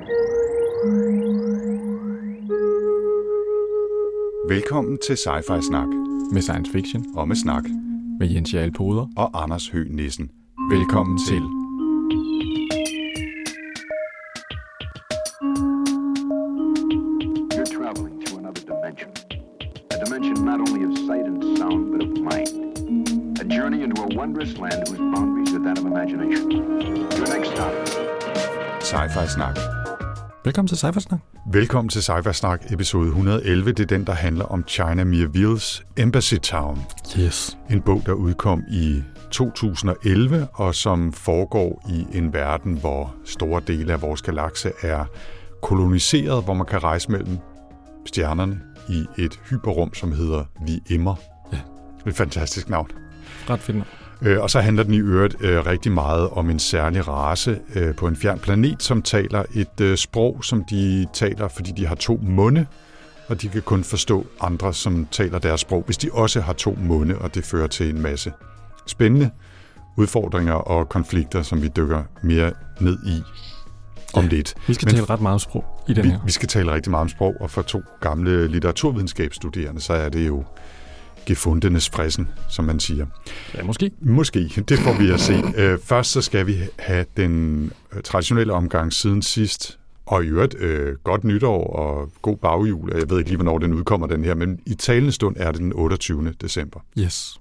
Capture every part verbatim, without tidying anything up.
Velkommen til Sci-Fi Snak. Med science fiction. Og med snak. Med Jens Jarl Poder. Og Anders Høgh Nissen. Velkommen til. You're traveling to another dimension. A dimension not only of sight and sound, but of mind. A journey into a wondrous land whose boundaries are that of imagination. Your next stop. Sci-Fi Snak. Velkommen til Sci-Fi Snak. Velkommen til Sci-Fi Snak, episode et hundrede og elleve. Det er den, der handler om China Miéville's Embassy Town. Yes. En bog, der udkom i to tusind og elleve, og som foregår i en verden, hvor store dele af vores galakse er koloniseret, hvor man kan rejse mellem stjernerne i et hyperrum, som hedder Vi Immer. Ja. Et fantastisk navn. Ret fedt. Øh, og så handler den i øvrigt øh, rigtig meget om en særlig race øh, på en fjern planet, som taler et øh, sprog, som de taler, fordi de har to munde, og de kan kun forstå andre, som taler deres sprog, hvis de også har to munde, og det fører til en masse spændende udfordringer og konflikter, som vi dykker mere ned i om ja, lidt. Vi skal Men, tale ret meget om sprog i den vi, her. Vi skal tale rigtig meget om sprog, og for to gamle litteraturvidenskabsstuderende, så er det jo gefundenes fressen, som man siger. Ja, måske. Måske, det får vi at se. Først så skal vi have den traditionelle omgang siden sidst, og i øvrigt øh, godt nytår og god baghjul. Jeg ved ikke lige, hvornår den udkommer, den her, men i talende stund er det den otteogtyvende december. Yes.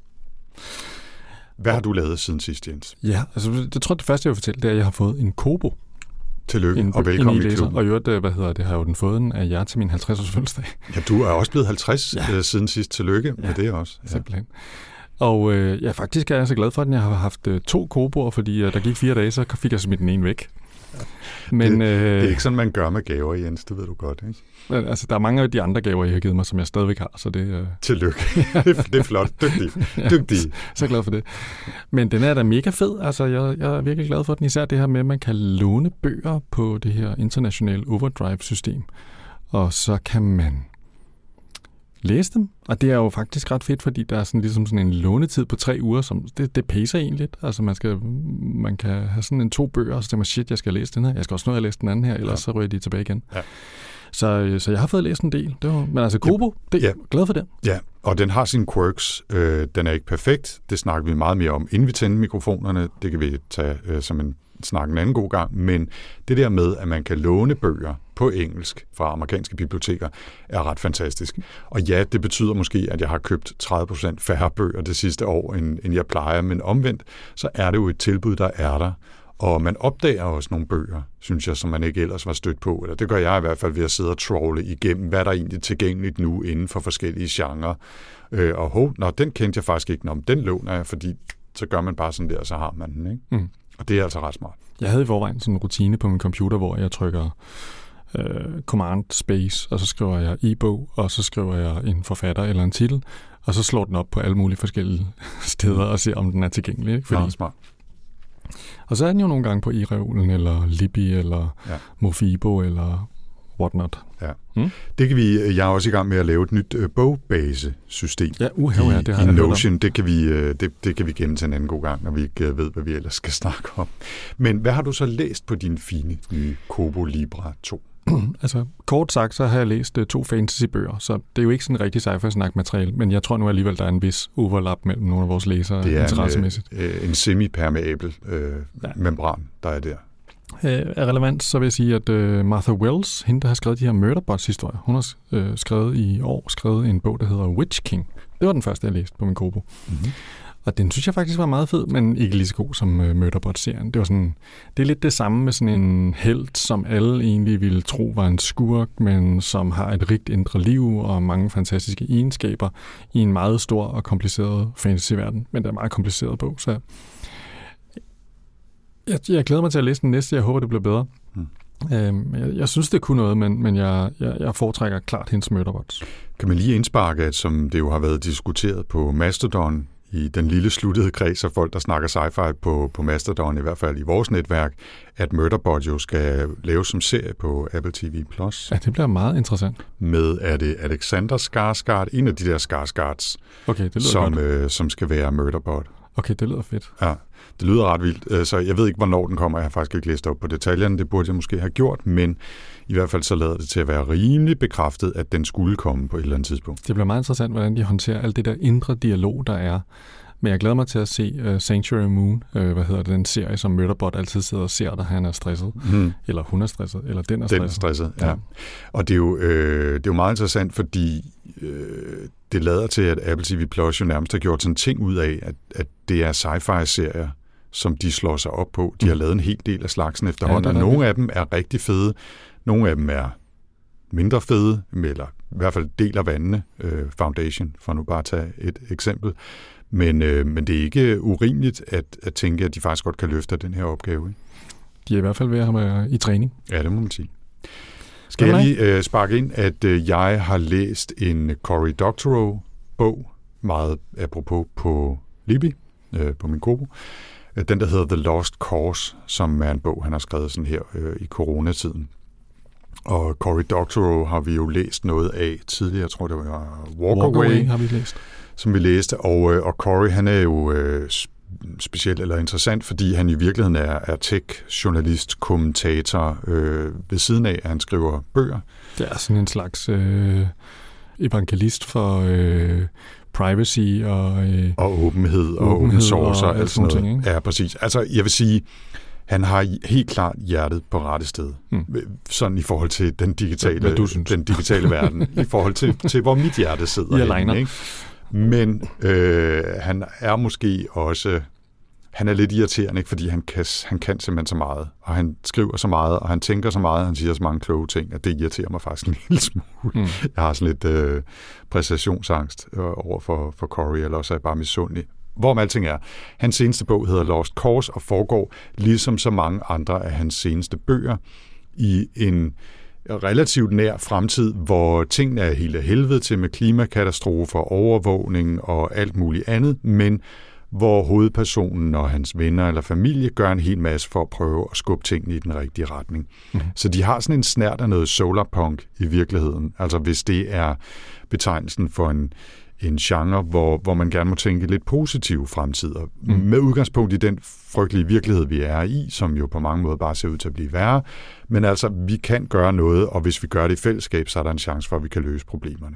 Hvad har du lavet siden sidst, Jens? Ja, altså det tror jeg, det første, jeg vil fortælle, det er, at jeg har fået en Kobo. Tillykke, en, og velkommen i klubben. Og i øvrigt, hvad hedder det, har jo den fået den af jer til min halvtreds-års fødselsdag. Ja, du er også blevet halvtreds ja. siden sidst. Tillykke ja, med det også. Ja. Simpelthen. Og øh, ja, faktisk er jeg så glad for, at jeg har haft øh, to Koboer, fordi øh, der gik fire dage, så fik jeg smidt den ene væk. Ja. Men, det, øh, det er ikke sådan, man gør med gaver, Jens, det ved du godt, ikke? Men, altså, der er mange af de andre gaver, jeg har givet mig, som jeg stadigvæk har, så det... Øh... Tillykke. det er flot. Dygtig. Dygtig. Ja, så glad for det. Men den er da mega fed. Altså, jeg, jeg er virkelig glad for den, især det her med, at man kan låne bøger på det her internationale overdrive-system. Og så kan man læse dem. Og det er jo faktisk ret fedt, fordi der er sådan, ligesom sådan en lånetid på tre uger, som det, det pacer egentlig lidt. Altså man, skal, man kan have sådan en to bøger, og så tænker man, shit, jeg skal læse den her. Jeg skal også nå at læse den anden her, ellers ja. så ryger de tilbage igen. Ja. Så, så jeg har fået læst en del. Det var, men altså Kobo, det, ja. glad for det. Ja, og den har sine quirks. Øh, den er ikke perfekt. Det snakker vi meget mere om, inden vi tænder mikrofonerne. Det kan vi tage øh, som en snak en anden god gang. Men det der med, at man kan låne bøger på engelsk fra amerikanske biblioteker, er ret fantastisk. Og ja, det betyder måske, at jeg har købt tredive procent færre bøger det sidste år, end, end jeg plejer. Men omvendt, så er det jo et tilbud, der er der. Og man opdager også nogle bøger, synes jeg, som man ikke ellers var stødt på. Eller det gør jeg i hvert fald ved at sidde og trolle igennem, hvad der er egentlig tilgængeligt nu inden for forskellige genrer. Øh, og hov, nå, den kendte jeg faktisk ikke. Nå, den låner jeg, fordi så gør man bare sådan der, og så har man den, ikke? Mm. Og det er altså ret smart. Jeg havde i forvejen sådan en rutine på min computer, hvor jeg trykker øh, command space, og så skriver jeg e-bog, og så skriver jeg en forfatter eller en titel, og så slår den op på alle mulige forskellige steder og ser, om den er tilgængelig. Ikke? Fordi... Ja, smart. Og så er den jo nogle gange på eReolen, eller Libby, eller ja. Mofibo, eller whatnot. Ja. Hmm? Det kan vi, jeg er også i gang med at lave et nyt uh, bogbase-system. Ja, uh, ja, det har i jeg Notion. Det kan, vi, uh, det, det kan vi gemme til en anden god gang, når vi ikke uh, ved, hvad vi ellers skal snakke om. Men hvad har du så læst på din fine nye Kobo Libra to? Altså, kort sagt, så har jeg læst uh, to fantasy-bøger, så det er jo ikke sådan rigtig sci-fi-snak-materiale, men jeg tror nu alligevel, der er en vis overlap mellem nogle af vores læsere interessemæssigt. Det er en, en semi-permeabel øh, ja. membran, der er der. Af relevans, så vil jeg sige, at uh, Martha Wells, hende der har skrevet de her Murderbots-historier, hun har uh, skrevet i år skrevet en bog, der hedder Witch King. Det var den første, jeg læste på min Kobo. Mm-hmm. Og den synes jeg faktisk var meget fed, men ikke lige så god som uh, Murderbot-serien. Det var sådan, det er lidt det samme med sådan en helt, som alle egentlig ville tro var en skurk, men som har et rigt indre liv og mange fantastiske egenskaber i en meget stor og kompliceret fantasyverden. Men det er en meget kompliceret bog, så jeg, jeg glæder mig til at læse den næste. Jeg håber, det bliver bedre. Hmm. Øhm, jeg, jeg synes, det kunne noget, men, men jeg, jeg, jeg foretrækker klart hendes Murderbots. Kan man lige indsparke, at som det jo har været diskuteret på Mastodon, i den lille sluttede kreds af folk, der snakker sci-fi på, på Mastodon, i hvert fald i vores netværk, at Murderbot jo skal laves som serie på Apple T V plus. Ja, det bliver meget interessant. Med, er det Alexander Skarsgård, en af de der Skarsgårds, okay, det som, øh, som skal være Murderbot. Okay, det lyder fedt. Ja, det lyder ret vildt. Så jeg ved ikke, hvornår den kommer. Jeg har faktisk ikke læst op på detaljerne. Det burde jeg måske have gjort, men i hvert fald så lader det til at være rimelig bekræftet, at den skulle komme på et eller andet tidspunkt. Det bliver meget interessant, hvordan de håndterer alt det der indre dialog, der er. Men jeg glæder mig til at se uh, Sanctuary Moon, uh, hvad hedder det, den serie, som Murderbot altid sidder og ser, da han er stresset. Mm. Eller hun er stresset, eller den er stresset. Den er stresset, ja. ja. Og det er, jo, øh, det er jo meget interessant, fordi øh, det lader til, at Apple T V Plus jo nærmest har gjort sådan en ting ud af, at, at det er sci-fi-serier, som de slår sig op på. De mm. har lavet en hel del af slagsen efterhånden, ja, og nogle af dem er rigtig fede. Nogle af dem er mindre fede, eller i hvert fald del af vandene. Øh, Foundation, for nu bare at tage et eksempel. Men, øh, men det er ikke urimeligt at, at tænke, at de faktisk godt kan løfte den her opgave. Ikke? De er i hvert fald ved at have i træning. Ja, det må man sige. Skal jeg lige øh, sparke ind, at øh, jeg har læst en Cory Doctorow-bog, meget apropos på Libby, øh, på min Kobo. Den, der hedder The Lost Cause, som er en bog, han har skrevet sådan her øh, i coronatiden. Og Cory Doctorow har vi jo læst noget af tidligere. Jeg tror, det var Walk, Walk Away, har vi læst. Som vi læste. Og, og Cory, han er jo øh, specielt eller interessant, fordi han i virkeligheden er, er tech-journalist, kommentator øh, ved siden af, at han skriver bøger. Det er sådan en slags øh, evangelist for øh, privacy og... Øh, og åbenhed og åbenhed open source og, og alt sådan noget. Ting, ikke? Ja, præcis. Altså, jeg vil sige... Han har helt klart hjertet på rette sted, mm. sådan i forhold til den digitale, den digitale verden, i forhold til, til hvor mit hjerte sidder. Henne, ikke? Men øh, han er måske også, han er lidt irriterende, ikke? Fordi han kan, han kan simpelthen så meget, og han skriver så meget, og han tænker så meget, og han siger så mange kloge ting, at det irriterer mig faktisk en lille smule. Mm. Jeg har sådan lidt øh, præstationsangst over for, for Cory, eller også er jeg bare misundelig. Hvorom alting er. Hans seneste bog hedder Lost Cause og foregår, ligesom så mange andre af hans seneste bøger, i en relativt nær fremtid, hvor tingene er helt af helvede til med klimakatastrofer, overvågning og alt muligt andet, men hvor hovedpersonen og hans venner eller familie gør en hel masse for at prøve at skubbe tingene i den rigtige retning. Mm. Så de har sådan en snert af noget solarpunk i virkeligheden. Altså hvis det er betegnelsen for en en genre, hvor, hvor man gerne må tænke lidt positive fremtider. Mm. Med udgangspunkt i den frygtelige virkelighed, vi er i, som jo på mange måder bare ser ud til at blive værre. Men altså, vi kan gøre noget, og hvis vi gør det i fællesskab, så er der en chance for, at vi kan løse problemerne.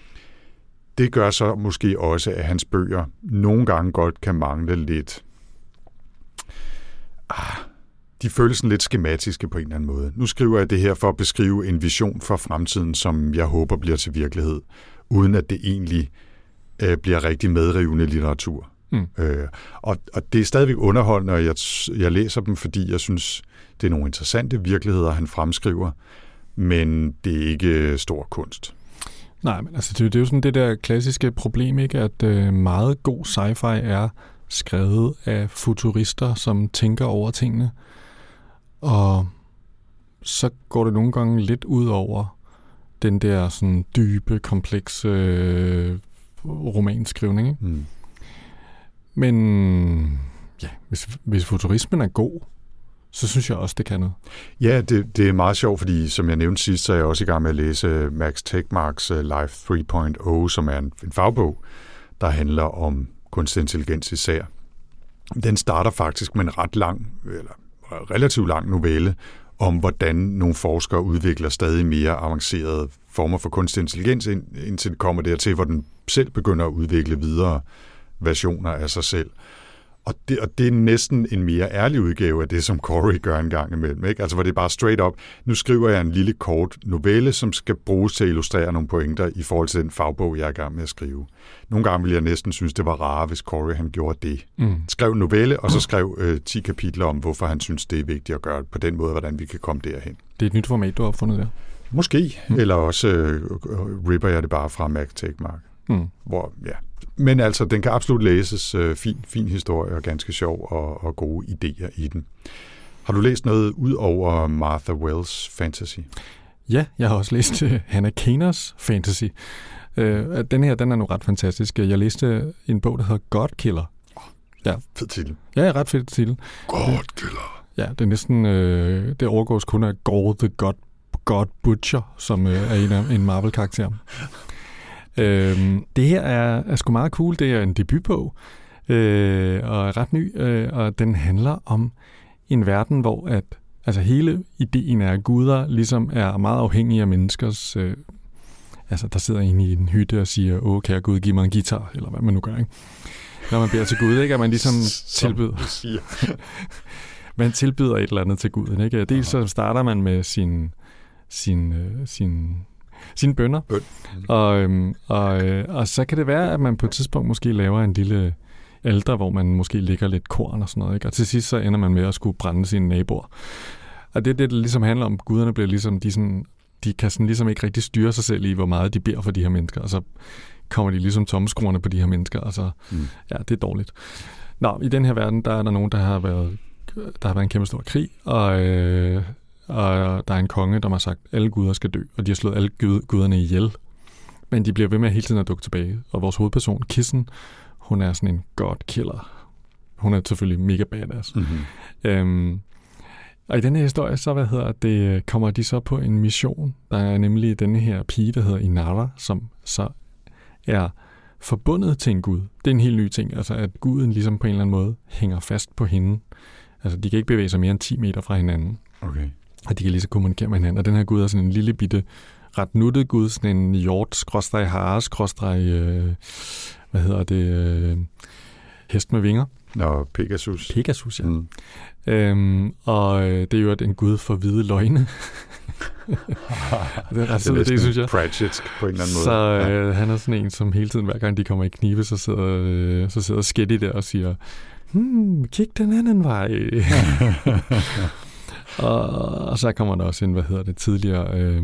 Det gør så måske også, at hans bøger nogle gange godt kan mangle lidt... Ah, de føles sådan lidt skematiske på en eller anden måde. Nu skriver jeg det her for at beskrive en vision for fremtiden, som jeg håber bliver til virkelighed, uden at det egentlig øh, bliver rigtig medrivende litteratur. Mm. Øh, og, og det er stadigvæk underholdende, og jeg, jeg læser dem, fordi jeg synes, det er nogle interessante virkeligheder, han fremskriver, men det er ikke stor kunst. Nej, men altså, det, det er jo sådan det der klassiske problem, ikke, at øh, meget god sci-fi er skrevet af futurister, som tænker over tingene, og så går det nogle gange lidt ud over den der sådan dybe, komplekse øh, romanskrivning. Ikke? Mm. Men ja, hvis, hvis futurismen er god, så synes jeg også, det kan noget. Ja, det, det er meget sjovt, fordi som jeg nævnte sidst, så er jeg også i gang med at læse Max Tegmarks Life tre punkt nul, som er en, en fagbog, der handler om kunstig intelligens især. Den starter faktisk med en ret lang, eller relativt lang novelle, om hvordan nogle forskere udvikler stadig mere avancerede former for kunstig intelligens, indtil det kommer dertil, hvor den selv begynder at udvikle videre versioner af sig selv. Og det, og det er næsten en mere ærlig udgave af det, som Cory gør en gang imellem. Ikke? Altså hvor det er bare straight up. Nu skriver jeg en lille kort novelle, som skal bruges til at illustrere nogle pointer i forhold til den fagbog, jeg er i gang med at skrive. Nogle gange ville jeg næsten synes, det var rart, hvis Cory han gjorde det. Mm. Skrev en novelle, og så skrev øh, ti kapitler om, hvorfor han synes, det er vigtigt at gøre det på den måde, hvordan vi kan komme derhen. Det er et nyt format, du har opfundet der? Måske. Mm. Eller også øh, ripper jeg det bare fra Max Tegmark. Mm. Hvor, ja. Men altså, den kan absolut læses. Øh, fin, fin historie og ganske sjov og, og gode idéer i den. Har du læst noget ud over Martha Wells fantasy? Ja, jeg har også læst uh, Hannah Kaners fantasy. Uh, den her, den er nu ret fantastisk. Jeg læste en bog, der hedder God Killer. Oh, ja. Fed titel. Ja, ret fed titel. God Killer. Ja, det er næsten, uh, det overgås kun af Gore the God, God Butcher, som uh, er en, af, en Marvel-karakter. Øhm, det her er, er sgu meget cool. Det er en debutbog. øh, og er ret ny, øh, og den handler om en verden, hvor at, altså hele ideen er, at guder ligesom er meget afhængige af menneskers... Øh, altså, der sidder en i en hytte og siger, åh, kære Gud, giv mig en guitar, eller hvad man nu gør, ikke? Når man beder til Gud, ikke? At man ligesom tilbyder... man tilbyder et eller andet til Guden, ikke? Dels så starter man med sin... sin, øh, sin sine bønner. Bøn. Mm. Og, øhm, og, øh, og så kan det være, at man på et tidspunkt måske laver en lille alter, hvor man måske lægger lidt korn og sådan noget, ikke? Og til sidst så ender man med at skulle brænde sine naboer. Og det er det, det ligesom handler om. Guderne bliver ligesom, de, sådan, de kan sådan ligesom ikke rigtig styre sig selv i, hvor meget de beder for de her mennesker, og så kommer de ligesom tomskruerne på de her mennesker, og så, mm. ja, det er dårligt. Nå, i den her verden, der er der nogen, der har været, der har været en kæmpe stor krig, og... Øh, og der er en konge, der har sagt, at alle guder skal dø, og de har slået alle guderne ihjel. Men de bliver ved med hele tiden at dukke tilbage. Og vores hovedperson, Kissen, hun er sådan en god-killer. Hun er selvfølgelig mega badass. Mm-hmm. Øhm, og i denne her historie, så hvad hedder det, kommer de så på en mission. Der er nemlig denne her pige, der hedder Inara, som så er forbundet til en gud. Det er en helt ny ting, altså at guden ligesom på en eller anden måde hænger fast på hende. Altså de kan ikke bevæge sig mere end ti meter fra hinanden. Okay. Og de kan lige så kommunikere med hinanden. Og den her gud er sådan en lille bitte, ret nuttet gud, sådan en hjort, skråstreg hare, skråstreg, øh, hvad hedder det, øh, hest med vinger. Nå, Pegasus. Pegasus, ja. Mm. Øhm, og det er jo en gud for hvide løgne. Det er ret sødt, det synes jeg. Pratchett på en eller anden måde. Så øh, ja. Han er sådan en, som hele tiden, hver gang de kommer i knibe, så sidder, øh, så sidder Sketty der og siger, hmm, kig den anden vej. Og, og så kommer der også en, hvad hedder det, tidligere øh,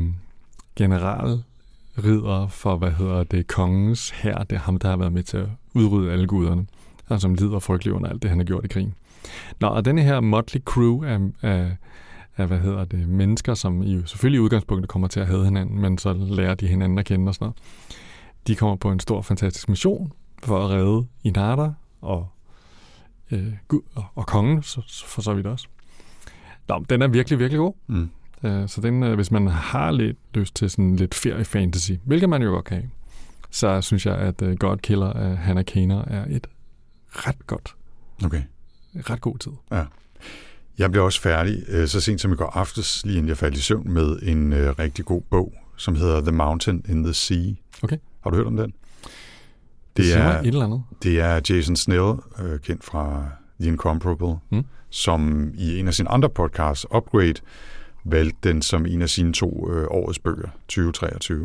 generalridder for, hvad hedder det, kongens hær. Det er ham, der har været med til at udrydde alle guderne, og som lider frygtelig under alt det, han har gjort i krigen. Nå, og denne her motley crew af, af, af, hvad hedder det, mennesker, som i, selvfølgelig i udgangspunktet kommer til at hade hinanden, men så lærer de hinanden at kende og sådan noget. De kommer på en stor, fantastisk mission for at redde Inara og, øh, Gud, og, og kongen, så, for så vidt også. Nå, den er virkelig, virkelig god. Mm. Uh, så den, uh, hvis man har lidt lyst til sådan lidt ferie-fantasy, hvilket man jo godt kan have, så synes jeg, at uh, God Killer af Hannah Kaner er et ret godt. Okay. Ret god tid. Ja. Jeg blev også færdig, uh, så sent som i går aftes, lige inden jeg faldt i søvn, med en uh, rigtig god bog, som hedder The Mountain in the Sea. Okay. Har du hørt om den? Det, det er et eller andet. Det er Jason Snell, uh, kendt fra The Incomparable, mm. som i en af sine andre podcasts, Upgrade, valgte den som en af sine to øh, årets bøger, tyve treogtyve.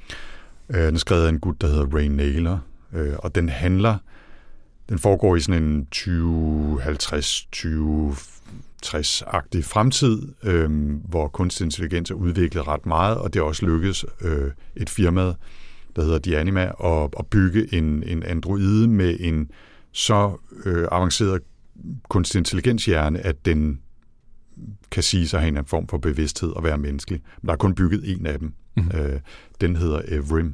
Øh, den er skrevet af en gut, der hedder Ray Naylor, øh, og den handler, den foregår i sådan en tyve halvtreds, tyve tres-agtig fremtid, øh, hvor kunstig intelligens er udviklet ret meget, og det er også lykkedes øh, et firma, der hedder Dianima, at, at bygge en, en androide med en så øh, avanceret kunstig intelligenshjerne, at den kan sige sig at have en form for bevidsthed og være menneskelig. Men der er kun bygget en af dem. Mm-hmm. Øh, den hedder Evrim.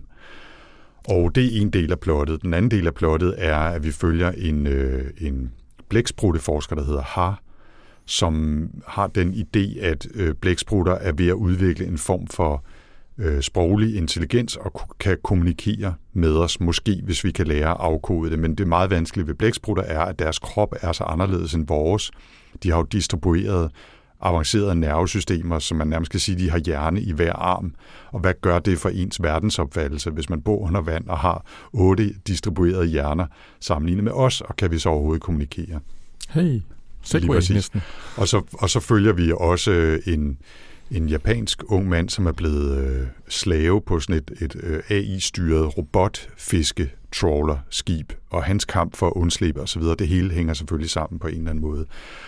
Og det er en del af plottet. Den anden del af plottet er, at vi følger en, øh, en blækspruteforsker, der hedder Har, som har den idé, at øh, blæksprutter er ved at udvikle en form for øh, sproglig intelligens og kan kommunikere med os, måske hvis vi kan lære at afkode det. Men det meget vanskelige ved blæksprutter er, at deres krop er så anderledes end vores. De har jo distribueret avancerede nervesystemer, som man nærmest kan sige, de har hjerne i hver arm. Og hvad gør det for ens verdensopfattelse, hvis man bor under vand og har otte distribuerede hjerner sammenlignet med os, og kan vi så overhovedet kommunikere? Hey, segway næsten. Og så, og så følger vi også en, en japansk ung mand, som er blevet øh, slave på sådan et, et øh, A I-styret robotfiske-trawler-skib, og hans kamp for at undslippe osv., det hele hænger selvfølgelig sammen på en eller anden måde.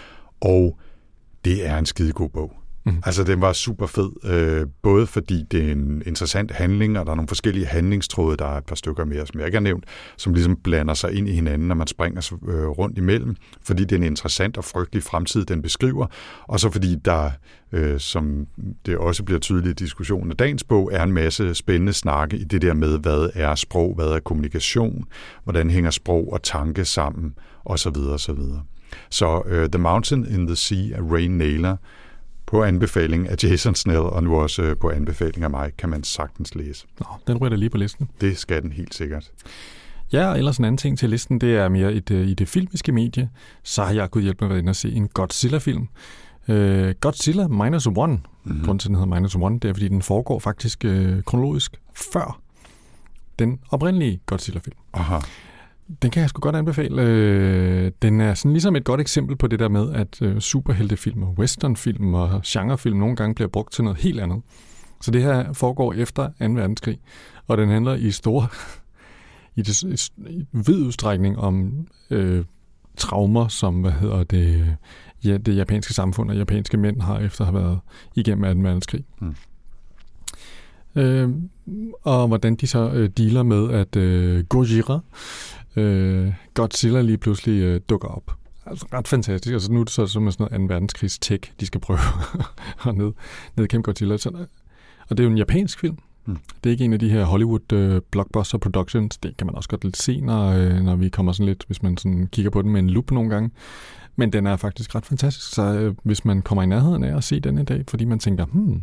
Og det er en skidegod bog. Mm. Altså, den var super fed, øh, både fordi det er en interessant handling, og der er nogle forskellige handlingstråde, der er et par stykker mere, som jeg ikke har nævnt, som ligesom blander sig ind i hinanden, når man springer øh, rundt imellem, fordi det er en interessant og frygtelig fremtid, den beskriver, og så fordi der, øh, som det også bliver tydeligt i diskussionen af dagens bog, er en masse spændende snakke i det der med, hvad er sprog, hvad er kommunikation, hvordan hænger sprog og tanke sammen, osv. osv. Så uh, The Mountain in the Sea af Ray Naylor, på anbefaling af Jason Snell, og nu også uh, på anbefaling af mig, kan man sagtens læse. Nå, den ryger lige på listen. Det skal den helt sikkert. Ja, og ellers en anden ting til listen, det er mere et, i det filmiske medie. Så har jeg gået hjælp med at være inde og se en Godzilla-film. Uh, Godzilla Minus One. Mm-hmm. Grunden til, den hedder Minus One, det er, fordi den foregår faktisk uh, kronologisk før den oprindelige Godzilla-film. Aha. Den kan jeg sgu godt anbefale. Uh, den er sådan ligesom et godt eksempel på det der med, at uh, superheltefilm og westernfilm og genrefilm nogle gange bliver brugt til noget helt andet. Så det her foregår efter anden verdenskrig, og den handler i store, i, det, i vid udstrækning om øh, traumer, som hvad hedder det, ja, det japanske samfund og japanske mænd har efter at have været igennem anden verdenskrig. Mm. Øh, og hvordan de så øh, dealer med, at øh, Gojira, øh, Godzilla lige pludselig øh, dukker op. Altså ret fantastisk. Altså nu er det så som sådan noget anden verdenskrigs tech, de skal prøve at ned, nedkæmpe Godzilla. Så, og det er jo en japansk film. Mm. Det er ikke en af de her Hollywood uh, blockbuster productions. Det kan man også godt lidt se, når, øh, når vi kommer sådan lidt, hvis man sådan kigger på den med en lup nogle gange. Men den er faktisk ret fantastisk. Så øh, hvis man kommer i nærheden af at se den i dag, fordi man tænker, hmm,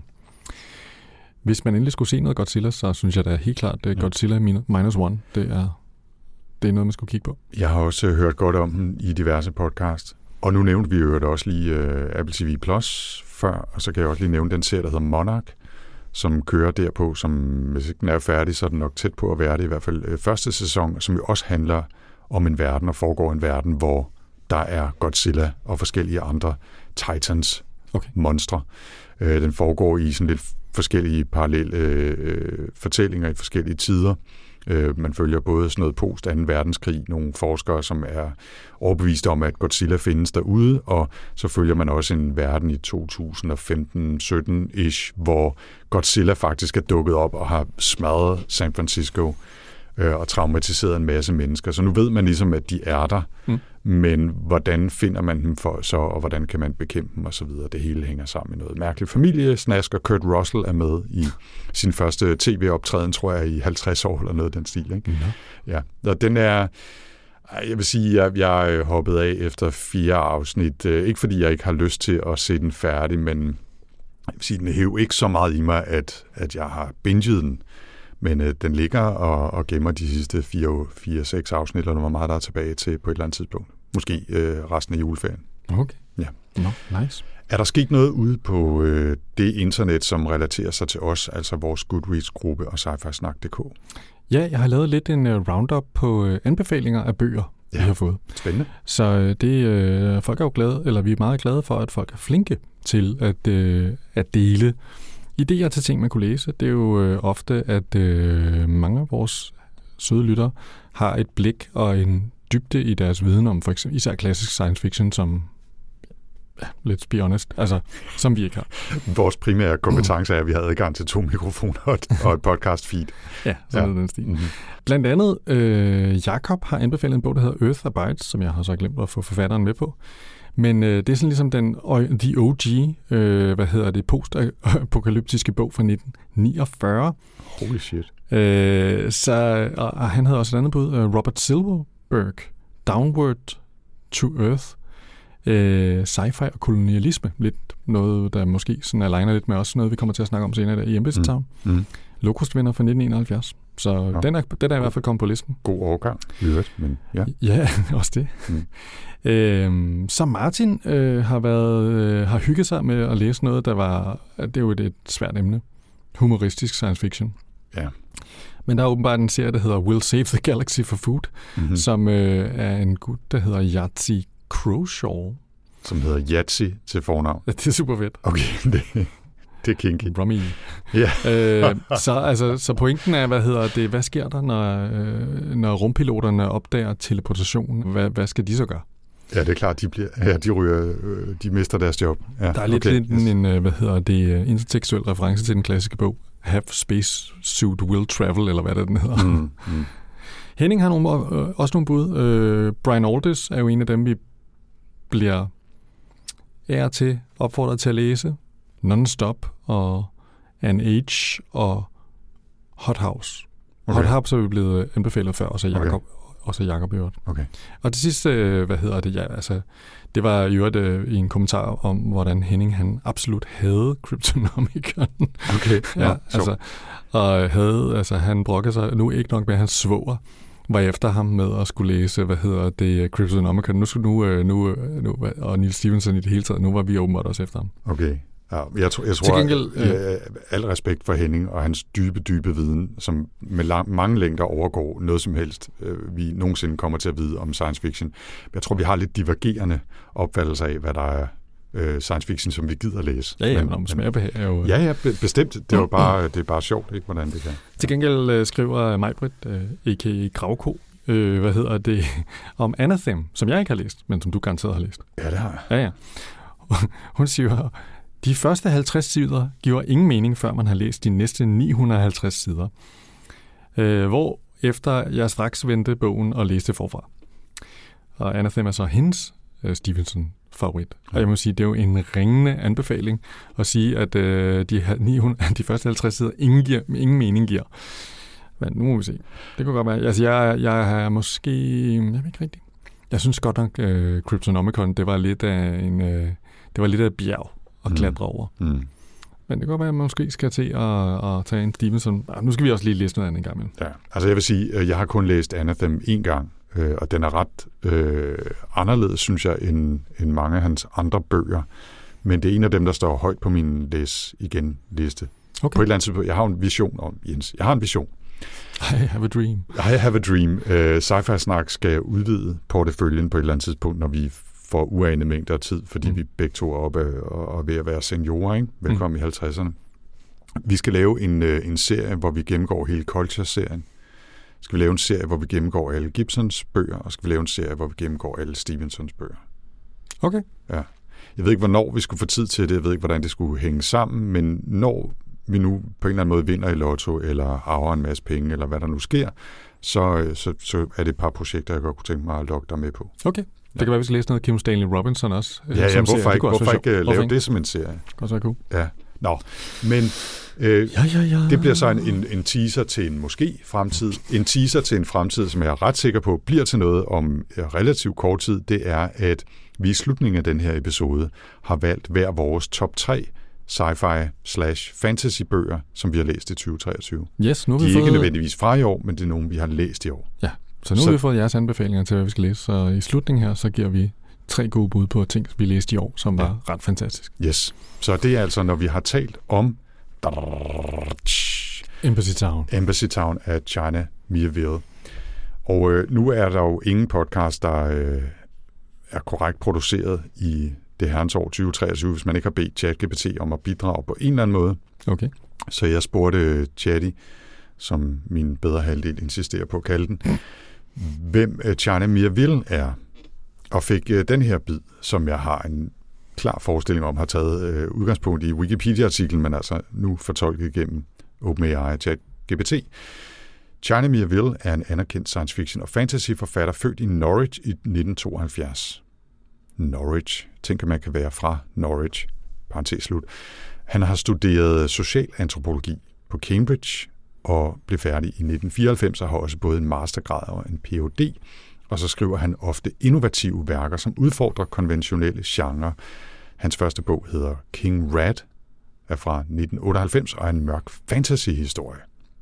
hvis man endelig skulle se noget Godzilla, så synes jeg da helt klart, at Godzilla Minus One, det er, det er noget, man skulle kigge på. Jeg har også hørt godt om den i diverse podcasts. Og nu nævnte vi jo også lige uh, Apple T V Plus før, og så kan jeg også lige nævne den serie, der hedder Monarch, som kører derpå, som hvis ikke den er færdig, så er den nok tæt på at være det, i hvert fald øh, første sæson, som jo også handler om en verden, og foregår en verden, hvor der er Godzilla og forskellige andre Titans, okay. monstre. Øh, den foregår i sådan lidt forskellige parallelle øh, fortællinger i forskellige tider. Øh, man følger både sådan noget post anden verdenskrig, nogle forskere, som er overbeviste om, at Godzilla findes derude, og så følger man også en verden i to tusind og femten sytten-ish, hvor Godzilla faktisk er dukket op og har smadret San Francisco øh, og traumatiseret en masse mennesker. Så nu ved man ligesom, at de er der, mm. men hvordan finder man dem for så, og hvordan kan man bekæmpe dem osv. Det hele hænger sammen med noget mærkeligt familiesnask, og Kurt Russell er med i sin første tv-optræden, tror jeg, i halvtreds år eller noget af den stil. Ikke? Mm-hmm. Ja, og den er... Jeg vil sige, at jeg hoppede af efter fire afsnit. Ikke fordi jeg ikke har lyst til at se den færdig, men jeg vil sige, den hæver ikke så meget i mig, at, at jeg har binget den. Men øh, den ligger og, og gemmer de sidste fire, fire, seks afsnit, eller hvor meget der er tilbage til på et eller andet tidspunkt. Måske øh, resten af juleferien. Okay. Ja. No, nice. Er der sket noget ude på øh, det internet, som relaterer sig til os, altså vores Goodreads-gruppe og sci-fi snak punktum d k? Ja, jeg har lavet lidt en uh, roundup på uh, anbefalinger af bøger, ja, vi har fået. Spændende. Så uh, det, uh, folk er jo glade, eller vi er meget glade for, at folk er flinke til at, uh, at dele idéer til ting, man kunne læse. Det er jo uh, ofte, at uh, mange af vores søde lyttere har et blik og en dybde i deres viden om for eksempel især klassisk science fiction, som let's be honest, altså, som vi ikke har. Vores primære kompetence er, at vi har adgang til to mikrofoner og et, og et podcast feed. Ja, sådan ja. Den stil. Mm-hmm. Blandt andet, øh, Jakob har anbefalet en bog, der hedder Earth Abides, som jeg har så glemt at få forfatteren med på. Men øh, det er sådan ligesom den The O G, øh, hvad hedder det, post-apokalyptiske bog fra nitten niogfyrre. Holy shit. Øh, så, og, og han havde også et andet bud, uh, Robert Silverberg, Downward to Earth, øh, sci-fi og kolonialisme. Lidt noget, der måske sådan aligner lidt med også noget, vi kommer til at snakke om senere der i Embassy Town. Mm. Mm. Locust-vinder fra nitten enoghalvfjerds. Så ja. den, er, den er i hvert fald kommet på listen. God overgang, lyret, men ja. Ja, også det. Mm. Øhm, så Martin øh, har været øh, har hygget sig med at læse noget, der var, det er jo et, et svært emne. Humoristisk science fiction. Ja. Men der er åbenbart en serie, der hedder We'll Save the Galaxy for Food, mm-hmm. som øh, er en gut, der hedder Yahtzee Croshaw. Som hedder Yahtzee til fornavn. Ja, det er super fedt. Okay, det, det er kinky. Rummy. Ja. øh, så, altså, så pointen er, hvad hedder det, hvad sker der, når, øh, når rumpiloterne opdager teleportation? Hvad, hvad skal de så gøre? Ja, det er klart, de bliver, ja, de ryger, de mister deres job. Ja, der er lidt, okay. lidt yes. en, hvad hedder det, intertekstuel reference til den klassiske bog, Have Space Suit Will Travel, eller hvad det den hedder. Mm, mm. Henning har nogle, øh, også nogle bud. Øh, Brian Aldiss er jo en af dem, vi bliver ære til, opfordret til at læse. Non-Stop og An Age og Hot House. Okay. Hot House er vi blevet anbefalet før, og så Jacob. Okay. Også Jacob i øvrigt. Okay. Og det sidste, hvad hedder det, ja, altså, det var i øvrigt øh, i en kommentar om, hvordan Henning, han absolut havde Cryptonomicon. Okay, ja, ja altså, og havde, altså, han brokker sig nu ikke nok med, at han svoger. var efter ham med at skulle læse, hvad hedder det, Cryptonomicon. Nu, nu, nu, nu, og Neil Stephenson i det hele taget. Nu var vi åbenbart også efter ham. Okay. Ja, jeg, tror, jeg tror, gengæld, øh, ja, al respekt for Henning og hans dybe, dybe viden, som med lang, mange længder overgår noget som helst, øh, vi nogensinde kommer til at vide om science fiction. Jeg tror, vi har lidt divergerende opfattelser af, hvad der er øh, science fiction, som vi gider læse. Ja, ja, men om smagerbehag er jo... Ja, ja, bestemt. Det er jo bare, det er bare sjovt, ikke, hvordan det kan. Til gengæld øh, skriver Majbrit, øh, a k a. Gravko, øh, hvad hedder det, om Anathem, som jeg ikke har læst, men som du garanteret har læst. Ja, det har jeg. Ja, ja. Hun siger... De første halvtreds sider giver ingen mening, før man har læst de næste ni hundrede og halvtreds sider. Øh, hvor efter jeg straks vendte bogen og læste forfra. Og Anathem er så hendes uh, Stevenson-favorit. Ja. Og jeg må sige, det er jo en ringende anbefaling at sige, at uh, de, ni hundrede, de første halvtreds sider ingen, giver, ingen mening giver. Men nu må vi se. Det kunne godt være. Altså, jeg, jeg er måske... Jeg ved ikke rigtigt. Jeg synes godt nok, uh, Cryptonomicon, det var lidt af en... Uh, det var lidt af et bjerg og klatre over. Mm. Mm. Men det kan godt være, at man måske skal til at, at tage en Stevenson. Nu skal vi også lige læse noget andet en gang imellem. Ja, altså jeg vil sige, at jeg har kun læst Anathem en gang, øh, og den er ret øh, anderledes, synes jeg, end, end mange af hans andre bøger. Men det er en af dem, der står højt på min læs-igen-liste. Okay. På et eller andet tidspunkt. Jeg har en vision om, Jens. Jeg har en vision. I have a dream. I have a dream. Uh, Sci-Fi-snak skal udvide porteføljen på et eller andet tidspunkt, når vi får uanede mængder af tid, fordi mm. vi begge to er oppe og, og ved at være seniorer, ikke? Velkommen mm. i halvtredserne. Vi skal lave en, en serie, hvor vi gennemgår hele Culture-serien. Skal vi lave en serie, hvor vi gennemgår alle Gibsons bøger, og skal vi lave en serie, hvor vi gennemgår alle Stevensons bøger. Okay. Ja. Jeg ved ikke, hvornår vi skulle få tid til det. Jeg ved ikke, hvordan det skulle hænge sammen, men når vi nu på en eller anden måde vinder i lotto, eller arver en masse penge, eller hvad der nu sker, så, så, så er det et par projekter, jeg godt kunne tænke mig at lokke dig med på. Okay. Det kan være, vi skal læse noget Kim Stanley Robinson også. Ja, ja, hvorfor ikke, hvorfor ikke lave hvorfor det som en serie? Godt så cool. Ja, nå. Men øh, ja, ja, ja. det bliver så en, en, en teaser til en måske fremtid. En teaser til en fremtid, som jeg er ret sikker på, bliver til noget om relativt kort tid. Det er, at vi i slutningen af den her episode har valgt hver vores top tre sci-fi slash fantasy bøger, som vi har læst i tyve treogtyve. Yes, nu har De vi er fået... ikke nødvendigvis fra i år, men det er nogen, vi har læst i år. Ja. Så nu så... har vi fået jeres anbefalinger til, hvad vi skal læse. Så i slutningen her, så giver vi tre gode bud på ting, vi læste i år, som var ja. ret fantastisk. Yes. Så det er altså, når vi har talt om Embassy Town. Embassy Town af China Miéville. Og øh, nu er der jo ingen podcast, der øh, er korrekt produceret i det herrens år tyve treogtyve, hvis man ikke har bedt ChatGPT om at bidrage på en eller anden måde. Okay. Så jeg spurgte Chatty, som min bedre halvdel insisterer på at kalde den, hvem China Miéville er, og fik øh, den her bid, som jeg har en klar forestilling om, har taget øh, udgangspunkt i Wikipedia-artiklen, men altså nu fortolket igennem OpenAI og ChatGPT. China Miéville er en anerkendt science fiction og fantasy forfatter, født i Norwich i nitten tooghalvfjerds. Norwich. Tænk, at man kan være fra Norwich. Parentes slut. Han har studeret socialantropologi på Cambridge og blev færdig i nitten fireoghalvfems og har også både en mastergrad og en P H D. Og så skriver han ofte innovative værker, som udfordrer konventionelle genrer. Hans første bog hedder King Rat, er fra nitten otteoghalvfems og er en mørk fantasy-historie.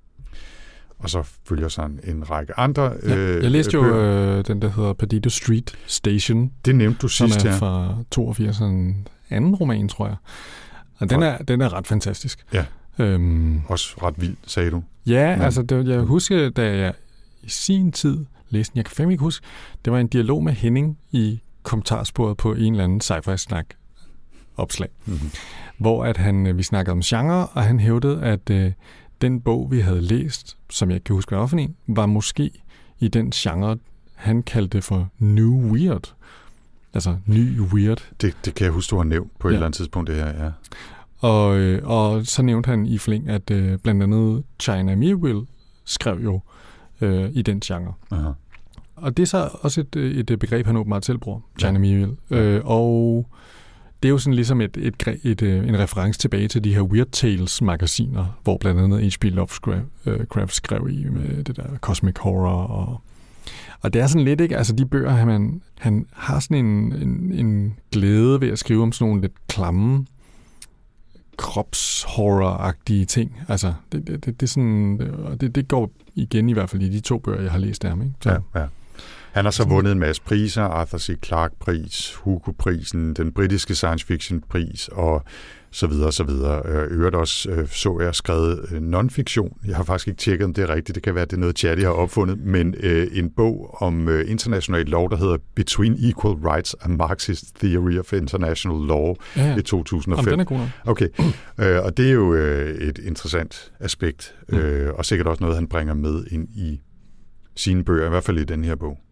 Og så følger sådan en række andre ja, øh, Jeg læste jo øh, den, der hedder Perdido Street Station. Det nævnte du sidst, som er ja. fra toogfirs, en anden roman, tror jeg. Og den er, den er ret fantastisk. Ja, øhm, også ret vild, sagde du. Ja, Men. altså det, jeg husker, da jeg i sin tid læste den, jeg kan fandme ikke huske, det var en dialog med Henning i kommentarsporet på en eller anden sci-fi-snak opslag, mm-hmm. hvor at han, vi snakkede om genre, og han hævdede, at øh, den bog, vi havde læst, som jeg ikke kan huske, hvad var for en, var måske i den genre, han kaldte for New Weird. Altså ny weird. Det, det kan jeg huske, du har nævnt på et ja. eller andet tidspunkt, det her, ja. Og, øh, og så nævnte han i flæng, at øh, blandt andet China Miéville skrev jo øh, i den genre. Aha. Og det er så også et, et begreb, han åbenbart selv bruger, China ja. Miéville. Ja. Øh, og det er jo sådan ligesom et, et, et, et, en reference tilbage til de her Weird Tales-magasiner, hvor blandt andet H P Lovecraft skrev i med det der Cosmic Horror. Og, og det er sådan lidt, ikke? Altså de bøger, han, han har sådan en, en, en glæde ved at skrive om sådan nogle lidt klamme, kropshorror-agtige ting. Altså, det, det, det, det, er sådan, det, det går igen i hvert fald i de to bøger, jeg har læst af ham. Ikke? Så. Ja, ja. Han har så vundet en masse priser, Arthur C. Clarke-pris, Hugo-prisen, den britiske science fiction-pris og så videre, så videre. Øvrigt også så jeg skrevet non-fiktion. Jeg har faktisk ikke tjekket, om det er rigtigt. Det kan være, det er noget, Chatty har opfundet. Men øh, en bog om øh, international lov, der hedder Between Equal Rights, A Marxist Theory of International Law ja, ja. i to tusind og fem. Jamen, den er god nok. Okay, øh, og det er jo øh, et interessant aspekt, øh, og sikkert også noget, han bringer med ind i sine bøger, i hvert fald i den her bog.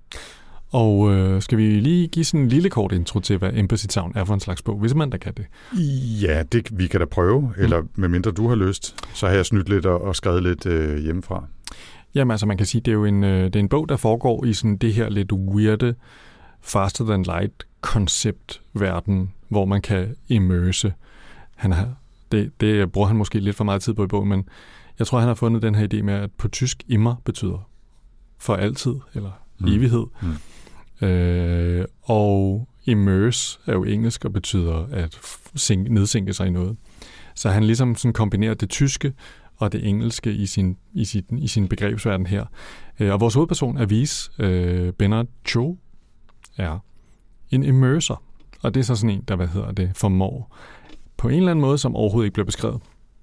Og øh, skal vi lige give sådan en lille kort intro til, hvad Embassy Town er for en slags bog, hvis man da kan det? Ja, det vi kan da prøve, eller mm. medmindre du har lyst, så har jeg snydt lidt og, og skrevet lidt øh, hjemmefra. Jamen altså, man kan sige, det er jo en, øh, det er en bog, der foregår i sådan det her lidt weirde, faster than light konceptverden, hvor man kan immerse. Han har, det, det bruger han måske lidt for meget tid på i bogen, men jeg tror, han har fundet den her idé med, at på tysk immer betyder for altid, eller mm. evighed. Mm. Øh, og immerse er jo engelsk og betyder at sænke, nedsænke sig i noget. Så han ligesom sådan kombinerer det tyske og det engelske i sin, i sin, i sin begrebsverden her. Øh, og vores hovedperson, Avis øh, Bernard Cho, er en immerser. Og det er så sådan en, der hvad hedder det, formår på en eller anden måde, som overhovedet ikke bliver beskrevet,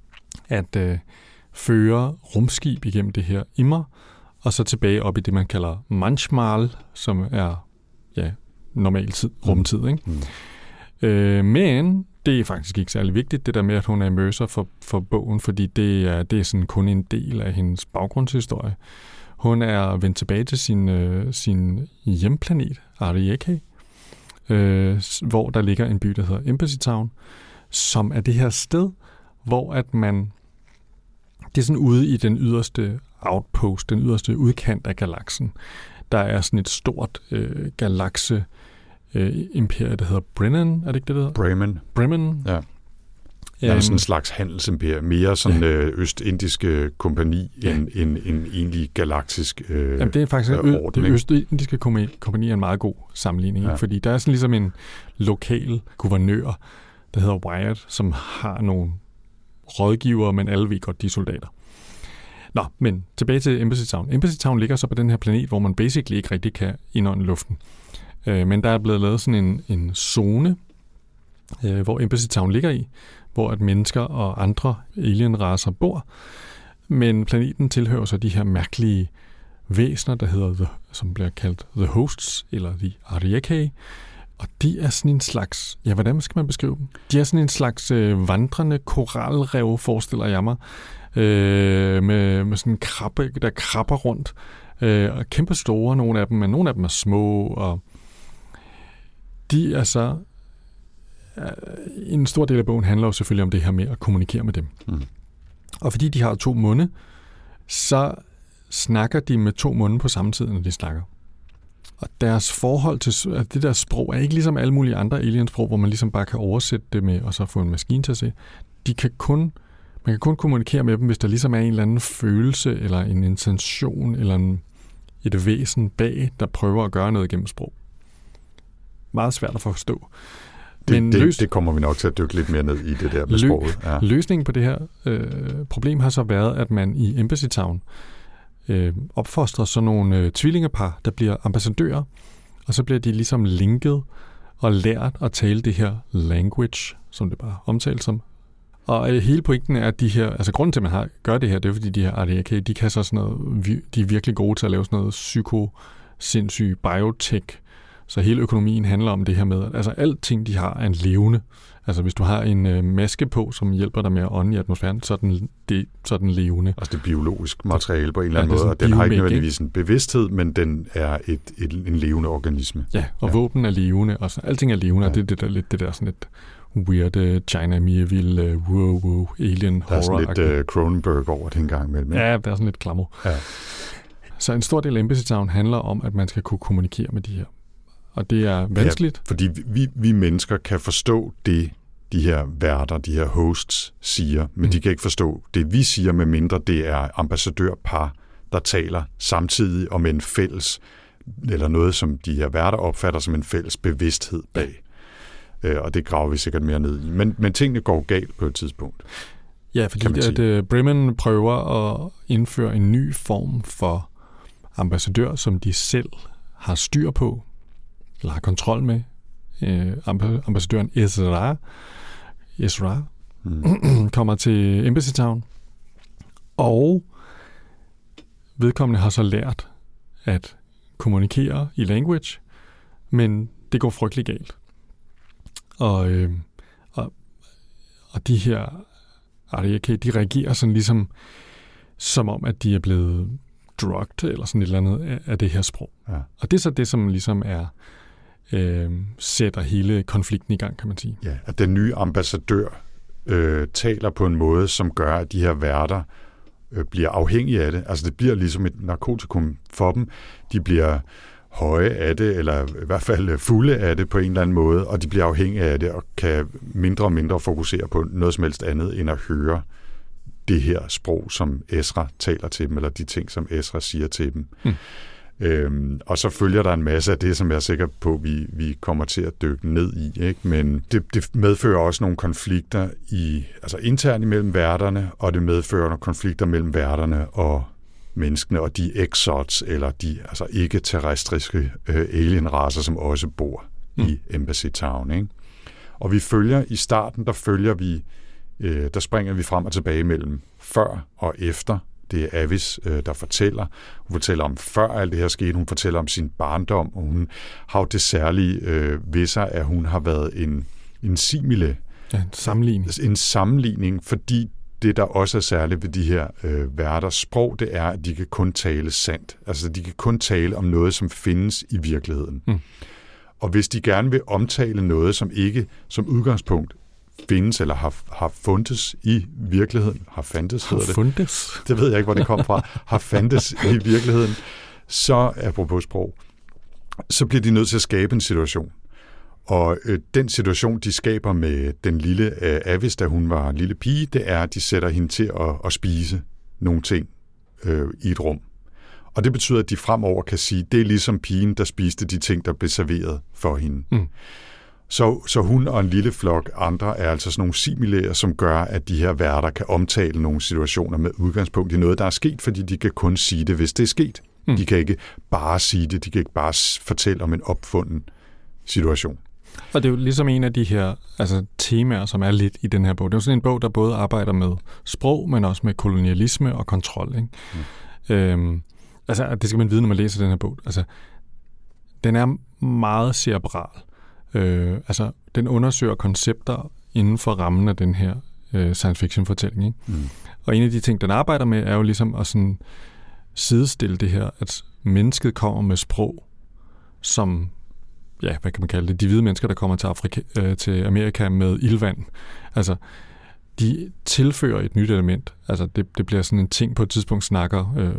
at øh, føre rumskib igennem det her immer, og så tilbage op i det, man kalder manchmal, som er ja, normal tid, rumtid. Ikke? Mm. Øh, men det er faktisk ikke særlig vigtigt, det der med, at hun er immerser for, for bogen, fordi det er, det er sådan kun en del af hendes baggrundshistorie. Hun er vendt tilbage til sin, øh, sin hjemplanet, Ariake, øh, hvor der ligger en by, der hedder Embassy Town, som er det her sted, hvor at man, det er sådan ude i den yderste outpost, den yderste udkant af galaksen. Der er sådan et stort øh, galakse øh, imperie, der hedder Brennan, er det ikke det, der hedder? Bremen. Bremen. Ja. Det er sådan en slags handelsimperie, mere sådan ja. øh, østindiske kompagni ja. end en, en egentlig galaktisk øh, Jamen, det er faktisk øh, ø- det østindiske kompagni er en meget god sammenligning, ja. fordi der er sådan ligesom en lokal guvernør, der hedder Wyatt, som har nogle rådgivere, men alle ved godt, de er soldater. Nå, men tilbage til Embassy Town. Embassy Town ligger så på den her planet, hvor man basically ikke rigtig kan indånde luften. Øh, men der er blevet lavet sådan en, en zone, øh, hvor Embassy Town ligger i, hvor at mennesker og andre alienracer bor. Men planeten tilhører så de her mærkelige væsener, der hedder the, som bliver kaldt The Hosts, eller The Ariake. Og de er sådan en slags, ja, hvordan skal man beskrive dem? De er sådan en slags øh, vandrende koralrev, forestiller jeg mig, øh, med, med sådan en krabbe, der krabber rundt. Øh, og kæmpe store, nogle af dem, men nogle af dem er små, og de er så, øh, en stor del af bogen handler jo selvfølgelig om det her med at kommunikere med dem. Mm. Og fordi de har to munde, så snakker de med to munde på samme tid, når de snakker. Og deres forhold til at det der sprog er ikke ligesom alle mulige andre aliensprog, hvor man ligesom bare kan oversætte det med, og så få en maskine til at se. De kan kun, man kan kun kommunikere med dem, hvis der ligesom er en eller anden følelse, eller en intention, eller en, et væsen bag, der prøver at gøre noget gennem sprog. Meget svært at forstå. Det, Men det, løs... det kommer vi nok til at dykke lidt mere ned i, det der med sproget. Ja. Løsningen på det her øh, problem har så været, at man i Embassy Town øh, opfostrer sådan nogle øh, tvillingepar, der bliver ambassadører, og så bliver de ligesom linket og lært at tale det her language, som det bare omtales som. Og øh, hele pointen er, at de her, altså grunden til, at man har, gør det her, det er fordi de her Ariake, de kan så sådan noget, de er virkelig gode til at lave sådan noget psyko-sindssyg biotech. Så hele økonomien handler om det her med, at altså alting, de har, er en levende. Altså hvis du har en øh, maske på, som hjælper dig med at ånde i atmosfæren, så er den, det, så er den levende. Altså det er biologisk materiale på en eller anden ja, måde, og den har ikke nødvendigvis en bevidsthed, men den er et, et, en levende organisme. Ja, og ja. Våben er levende, og så, alting er levende, ja. Og det er det der, lidt det der sådan lidt weird uh, China Mieville, uh, wow, wow, alien horror. Der er sådan lidt uh, Cronenberg over det en gang imellem. Ja, der er sådan lidt klammer. Ja. Så en stor del af Embassy Town handler om, at man skal kunne kommunikere med de her. Og det er vanskeligt. Ja, fordi vi, vi mennesker kan forstå det, de her værter, de her hosts siger, men mm. de kan ikke forstå det, vi siger, med mindre det er ambassadørpar, der taler samtidig om en fælles, eller noget, som de her værter opfatter som en fælles bevidsthed bag. øh, og det graver vi sikkert mere ned i. Men, men tingene går galt på et tidspunkt. Ja, fordi at, uh, Bremen prøver at indføre en ny form for ambassadør, som de selv har styr på, eller har kontrol med. Uh, ambassadøren Ezra, Ezra mm. kommer til Embassy Town, og vedkommende har så lært at kommunikere i language, men det går frygtelig galt. Og, øh, og, og de her R D A K, de reagerer sådan ligesom, som om, at de er blevet drugged, eller sådan et eller andet af, af det her sprog. Ja. Og det er så det, som ligesom er, øh, sætter hele konflikten i gang, kan man sige. Ja, at den nye ambassadør øh, taler på en måde, som gør, at de her værter øh, bliver afhængige af det. Altså det bliver ligesom et narkotikum for dem. De bliver høje af det, eller i hvert fald fulde af det på en eller anden måde, og de bliver afhængige af det, og kan mindre og mindre fokusere på noget som helst andet, end at høre det her sprog, som Ezra taler til dem, eller de ting, som Ezra siger til dem. Mm. Øhm, og så følger der en masse af det, som jeg er sikker på, vi, vi kommer til at dykke ned i. Ikke? Men det, det medfører også nogle konflikter i, altså internt imellem værterne, og det medfører nogle konflikter mellem værterne og menneskene, og de exots, eller de altså ikke-terrestriske øh, alienracer, som også bor mm. i Embassy Town. Ikke? Og vi følger, i starten, der følger vi, øh, der springer vi frem og tilbage mellem før og efter. Det er Avis, øh, der fortæller. Hun fortæller om, før alt det her skete. Hun fortæller om sin barndom, og hun har jo det særlige øh, ved sig, at hun har været en, en simile. Ja, en sammenligning. En sammenligning, fordi det, der også er særligt ved de her øh, værters sprog, det er, at de kan kun tale sandt. Altså, de kan kun tale om noget, som findes i virkeligheden. Mm. Og hvis de gerne vil omtale noget, som ikke som udgangspunkt findes, eller har, har fundes i virkeligheden, har fandtes, hedder det. Har fundes? Det ved jeg ikke, hvor det kom fra. Har fandtes i virkeligheden. Så, apropos sprog, så bliver de nødt til at skabe en situation. Og øh, den situation, de skaber med den lille øh, Avis, da hun var en lille pige, det er, at de sætter hende til at, at spise nogle ting øh, i et rum. Og det betyder, at de fremover kan sige, det er ligesom pigen, der spiste de ting, der blev serveret for hende. Mm. Så, så hun og en lille flok andre er altså sådan nogle similærer, som gør, at de her værter kan omtale nogle situationer med udgangspunkt i noget, der er sket, fordi de kan kun sige det, hvis det er sket. Mm. De kan ikke bare sige det, de kan ikke bare fortælle om en opfunden situation. Og det er jo ligesom en af de her altså, temaer, som er lidt i den her bog. Det er jo sådan en bog, der både arbejder med sprog, men også med kolonialisme og kontrol. Ikke? Mm. Øhm, altså, det skal man vide, når man læser den her bog. Altså, den er meget cerebral. Øh, altså, den undersøger koncepter inden for rammen af den her øh, science fiction-fortælling. Ikke? Mm. Og en af de ting, den arbejder med, er jo ligesom at sådan sidestille det her, at mennesket kommer med sprog, som ja, hvad kan man kalde det, de hvide mennesker, der kommer til, Afrika, øh, til Amerika med ildvand. Altså, de tilfører et nyt element. Altså, det, det bliver sådan en ting, på et tidspunkt snakker, øh,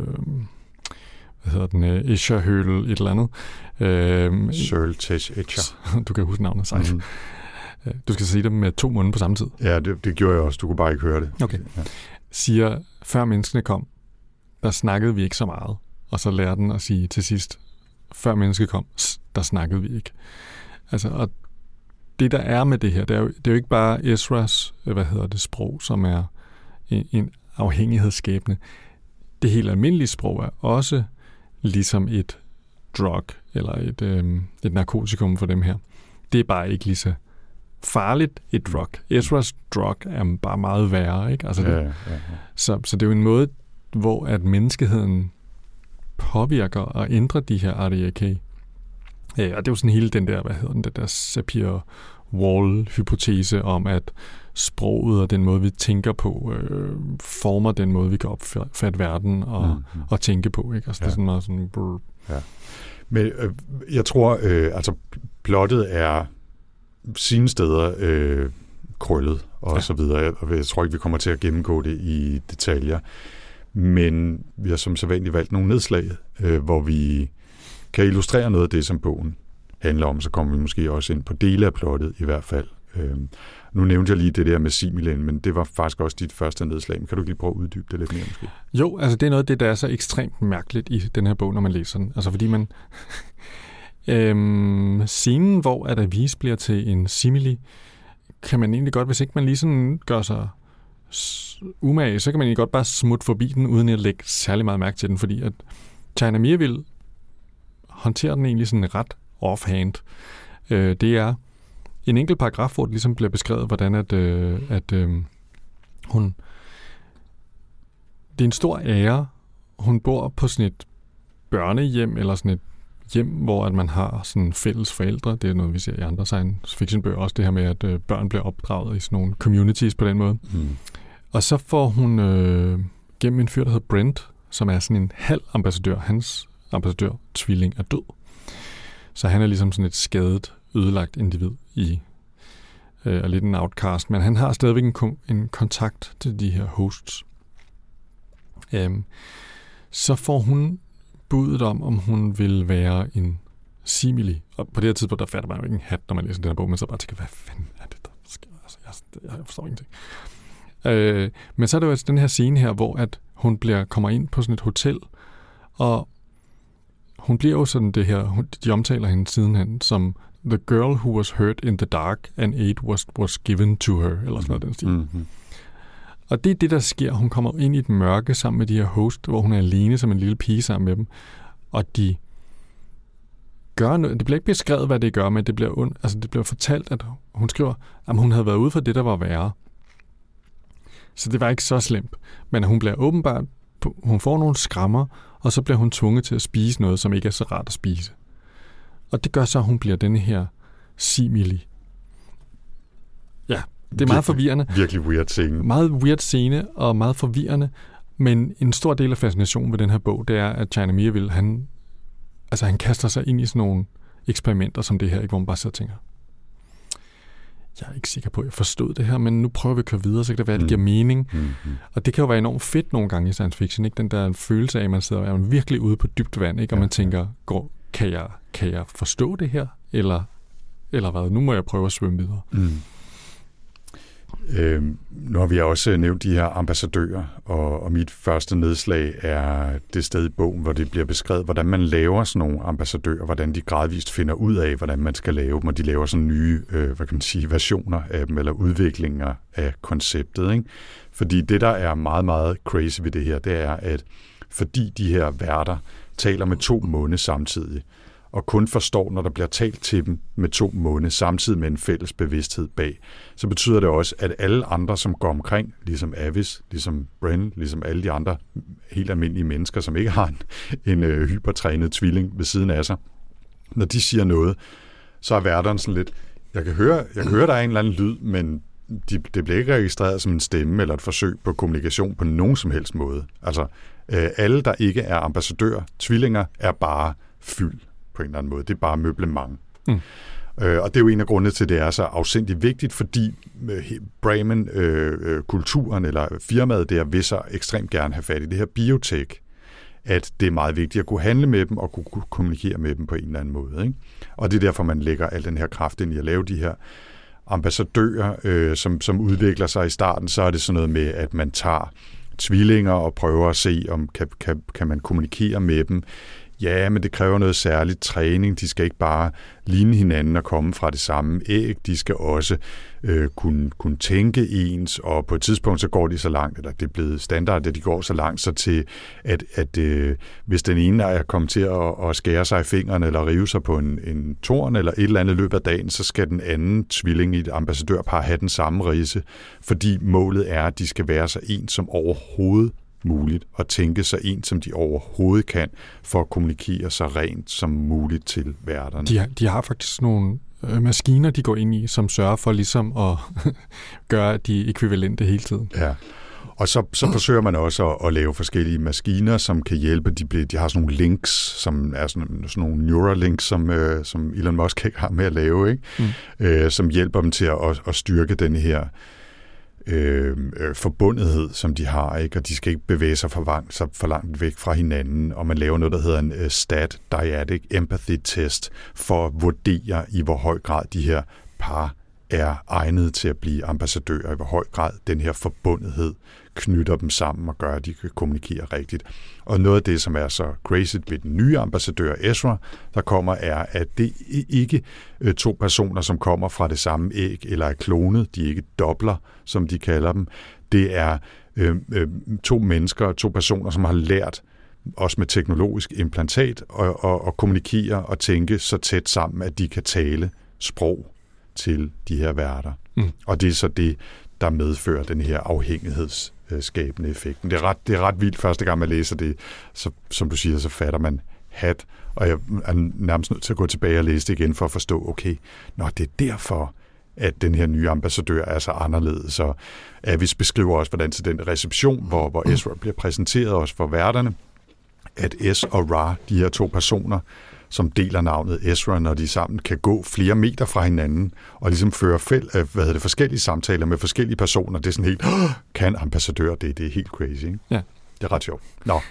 hvad hedder den, øh, Escher-Høl, et eller andet. Øh, Sørl-Tesh Escher. Du kan huske navnet, sejt. Mm-hmm. Du skal sige det med to munde på samme tid. Ja, det, det gjorde jeg også. Du kunne bare ikke høre det. Okay. Ja. Siger, før menneskene kom, der snakkede vi ikke så meget. Og så lærer den at sige til sidst, før mennesket kom, der snakkede vi ikke. Altså, og det, der er med det her, det er jo, det er jo ikke bare Ezras, hvad hedder det, sprog, som er en, en afhængighedsskabende. Det helt almindelige sprog er også ligesom et drug, eller et, øhm, et narkotikum for dem her. Det er bare ikke lige så farligt et drug. Ezras drug er bare meget værre, ikke? Altså, det, ja, ja, ja. Så, så det er jo en måde, hvor at menneskeheden påvirker og ændrer de her R D A K. Ja, og det er jo sådan hele den der, hvad hedder den, den der Sapir-Whorf-hypotese om, at sproget og den måde, vi tænker på, øh, former den måde, vi kan opfatte verden og, mm-hmm. og tænke på. Ikke? Altså, ja. Det er sådan meget sådan... Brr. Ja. Men øh, jeg tror, øh, altså plottet er sine steder øh, krøllet og ja. så videre. Og jeg tror ikke, vi kommer til at gennemgå det i detaljer. Men vi har som sædvanligt valgt nogle nedslag, øh, hvor vi kan illustrere noget af det, som bogen handler om. Så kommer vi måske også ind på dele af plottet i hvert fald. Øh, nu nævnte jeg lige det der med similen, men det var faktisk også dit første nedslag. Kan du ikke lige prøve at uddybe det lidt mere måske? Jo, altså det er noget af det, der er så ekstremt mærkeligt i den her bog, når man læser den. Altså fordi man... Øhm, scenen, hvor at Avis bliver til en simile, kan man egentlig godt, hvis ikke man lige sådan gør sig umage, så kan man egentlig godt bare smutte forbi den, uden at lægge særlig meget mærke til den, fordi at China Miéville håndterer den egentlig sådan ret offhand. Øh, det er en enkelt paragraf, hvor det ligesom bliver beskrevet, hvordan at, øh, at øh, hun... Det er en stor ære. Hun bor på sådan et børnehjem, eller sådan et hjem, hvor at man har sådan fælles forældre. Det er noget, vi ser i andre science fiction-bøger også, det her med, at øh, børn bliver opdraget i sådan nogle communities på den måde. Mm. Og så får hun øh, gennem en fyr, der hedder Brent, som er sådan en halv ambassadør. Hans ambassadør-tvilling er død. Så han er ligesom sådan et skadet, ødelagt individ i øh, og lidt en outcast, men han har stadigvæk en, kom- en kontakt til de her hosts. Øhm, så får hun budet om, om hun vil være en simile. Og på det her tidspunkt, der fatter man jo ikke en hat, når man læser den her bog, men så bare tænker, hvad fanden er det, der sker? Altså, jeg, jeg forstår ingenting. Øh, men så er det jo altså den her scene her, hvor at hun bliver, kommer ind på sådan et hotel, og hun bliver jo sådan det her, hun, de omtaler hende sidenhen som the girl who was hurt in the dark and aid was, was given to her, eller sådan noget den stil. Mm-hmm. Og det er det, der sker. Hun kommer ind i et mørke sammen med de her host, hvor hun er alene som en lille pige sammen med dem, og de gør noget. Det bliver ikke beskrevet, hvad det gør, men det bliver, und, altså det bliver fortalt, at hun skriver, at hun havde været ude for det, der var værre. Så det var ikke så slemt. Men hun bliver åbenbart, hun får nogle skrammer, og så bliver hun tvunget til at spise noget, som ikke er så rart at spise. Og det gør så, at hun bliver denne her simile. Ja, det er meget forvirrende. Virkelig weird scene. Meget weird scene, og meget forvirrende. Men en stor del af fascinationen ved den her bog, det er, at China Miéville, han, altså han kaster sig ind i sådan nogle eksperimenter som det her, ikke, hvor man bare sidder og tænker, jeg er ikke sikker på, at jeg forstod det her, men nu prøver vi at køre videre, så kan det være, at det giver mening. Mm-hmm. Og det kan jo være enormt fedt nogle gange i science fiction, ikke? Den der følelse af, at man sidder og er virkelig ude på dybt vand, ikke? Og ja, man tænker, går, kan, jeg, kan jeg forstå det her? Eller, eller hvad? Nu må jeg prøve at svømme videre. Mm. Øh, nu har vi også nævnt de her ambassadører, og, og mit første nedslag er det sted i bogen, hvor det bliver beskrevet, hvordan man laver sådan nogle ambassadører, hvordan de gradvist finder ud af, hvordan man skal lave dem, og de laver sådan nye, øh, hvad kan man sige, versioner af dem, eller udviklinger af konceptet, ikke? Fordi det, der er meget, meget crazy ved det her, det er, at fordi de her værter taler med to munde samtidig, og kun forstår, når der bliver talt til dem med to munde, samtidig med en fælles bevidsthed bag, så betyder det også, at alle andre, som går omkring, ligesom Avis, ligesom Bren, ligesom alle de andre helt almindelige mennesker, som ikke har en, en øh, hypertrænet tvilling ved siden af sig, når de siger noget, så er værteren sådan lidt, jeg kan høre, jeg kan høre der er en eller anden lyd, men de, det bliver ikke registreret som en stemme eller et forsøg på kommunikation på nogen som helst måde. Altså, øh, alle, der ikke er ambassadører, tvillinger, er bare fyld på en eller anden måde. Det er bare møblement. Mm. Øh, og det er jo en af grundene til, at det er så afsindigt vigtigt, fordi øh, Bremen-kulturen øh, eller firmaet der vil så ekstremt gerne have fat i det her biotech, at det er meget vigtigt at kunne handle med dem og kunne kommunikere med dem på en eller anden måde, ikke? Og det er derfor, man lægger al den her kraft ind i at lave de her ambassadører, øh, som, som udvikler sig i starten. Så er det sådan noget med, at man tager tvillinger og prøver at se, om kan, kan, kan man kommunikere med dem. Ja, men det kræver noget særligt træning. De skal ikke bare ligne hinanden og komme fra det samme æg. De skal også øh, kunne, kunne tænke ens, og på et tidspunkt så går de så langt, eller det er blevet standard, at de går så langt, så til, at, at øh, hvis den ene er kommet til at, at skære sig i fingrene, eller rive sig på en, en torn, eller et eller andet løb af dagen, så skal den anden tvilling i et ambassadørpar have den samme rise, fordi målet er, at de skal være så ens som overhovedet muligt, og tænke så en, som de overhovedet kan, for at kommunikere så rent som muligt til værterne. De har, de har faktisk nogle øh, maskiner, de går ind i, som sørger for ligesom at gøre de ekvivalente hele tiden. Ja, og så, så forsøger man også at, at lave forskellige maskiner, som kan hjælpe. De, de har sådan nogle links, som er sådan, sådan nogle Neuralinks, som, øh, som Elon Musk ikke har med at lave, ikke? Mm. Øh, som hjælper dem til at, at, at styrke den her Øh, øh, forbundethed, som de har, ikke? Og de skal ikke bevæge sig for, vang, så for langt væk fra hinanden, og man laver noget, der hedder en uh, stat dyadic empathy test, for at vurdere i hvor høj grad de her par er egnet til at blive ambassadører, i hvor høj grad den her forbundethed knytter dem sammen og gør, at de kan kommunikere rigtigt. Og noget af det, som er så crazy ved den nye ambassadør Ezra, der kommer, er, at det ikke er to personer, som kommer fra det samme æg eller er klonet. De er ikke dobler, som de kalder dem. Det er øh, øh, to mennesker, to personer, som har lært også med teknologisk implantat og, og, og kommunikere og tænke så tæt sammen, at de kan tale sprog til de her værter. Mm. Og det er så det, der medfører den her afhængighedsskabende effekt. Det er ret, det er ret vildt første gang, man læser det. Så, som du siger, så fatter man hat, og jeg er nærmest nødt til at gå tilbage og læse det igen for at forstå, okay, nå, det er derfor, at den her nye ambassadør er så anderledes. Så Avis beskriver også, hvordan til den reception, hvor, hvor Ezra bliver præsenteret også for værterne, at Es og Ra, de her to personer, som deler navnet Ezra, når de sammen kan gå flere meter fra hinanden, og ligesom føre fæld, hvad hedder det, forskellige samtaler med forskellige personer. Det er sådan helt, kan ambassadør det? Det er helt crazy, ikke? Ja. Det er ret sjovt. Nå.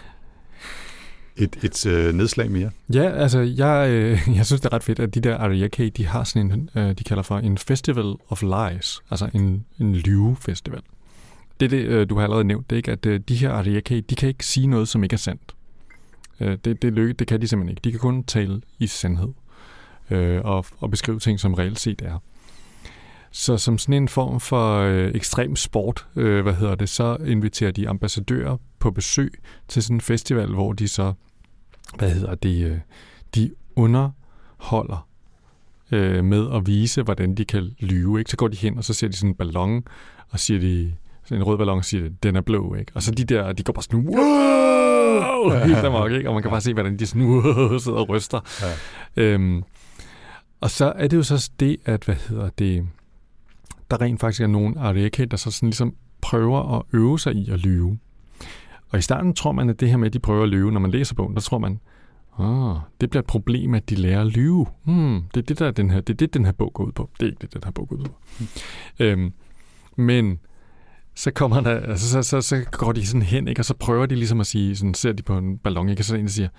Et, et øh, nedslag mere. Ja, altså, jeg, øh, jeg synes, det er ret fedt, at de der Ariake, de har sådan en, øh, de kalder for en Festival of Lies, altså en, en lyvefestival. Det er det, øh, du har allerede nævnt, det ikke? At øh, de her Ariake, de kan ikke sige noget, som ikke er sandt. Det, det, lykke, det kan de simpelthen ikke. De kan kun tale i sandhed øh, og, og beskrive ting, som reelt set er. Så som sådan en form for øh, ekstrem sport, øh, hvad hedder det, så inviterer de ambassadører på besøg til sådan en festival, hvor de så, hvad hedder det, øh, de underholder øh, med at vise, hvordan de kan lyve. Ikke? Så går de hen, og så ser de sådan en ballon, og siger de, en rød ballon, og siger, den er blå, ikke? Og så de der, de går bare sådan, wow! Helt amok, ikke? Og man kan bare se, hvordan de sådan, wow, sidder og ryster. Ja. Øhm, og så er det jo så det, at, hvad hedder det, der rent faktisk er nogle Ariake, der så sådan ligesom prøver at øve sig i at lyve. Og i starten tror man, at det her med, at de prøver at lyve, når man læser bogen, der tror man, ah, det bliver et problem, at de lærer at lyve. Hmm, det er det, der den her, det er det, den her bog går ud på. Det er ikke det, den her bog går ud på. Hmm. Øhm, men så kommer der, altså, så, så, så går de sådan hen, ikke? Og så prøver de ligesom at sige, sådan ser de på en ballon, ikke? Og så er der en, der siger,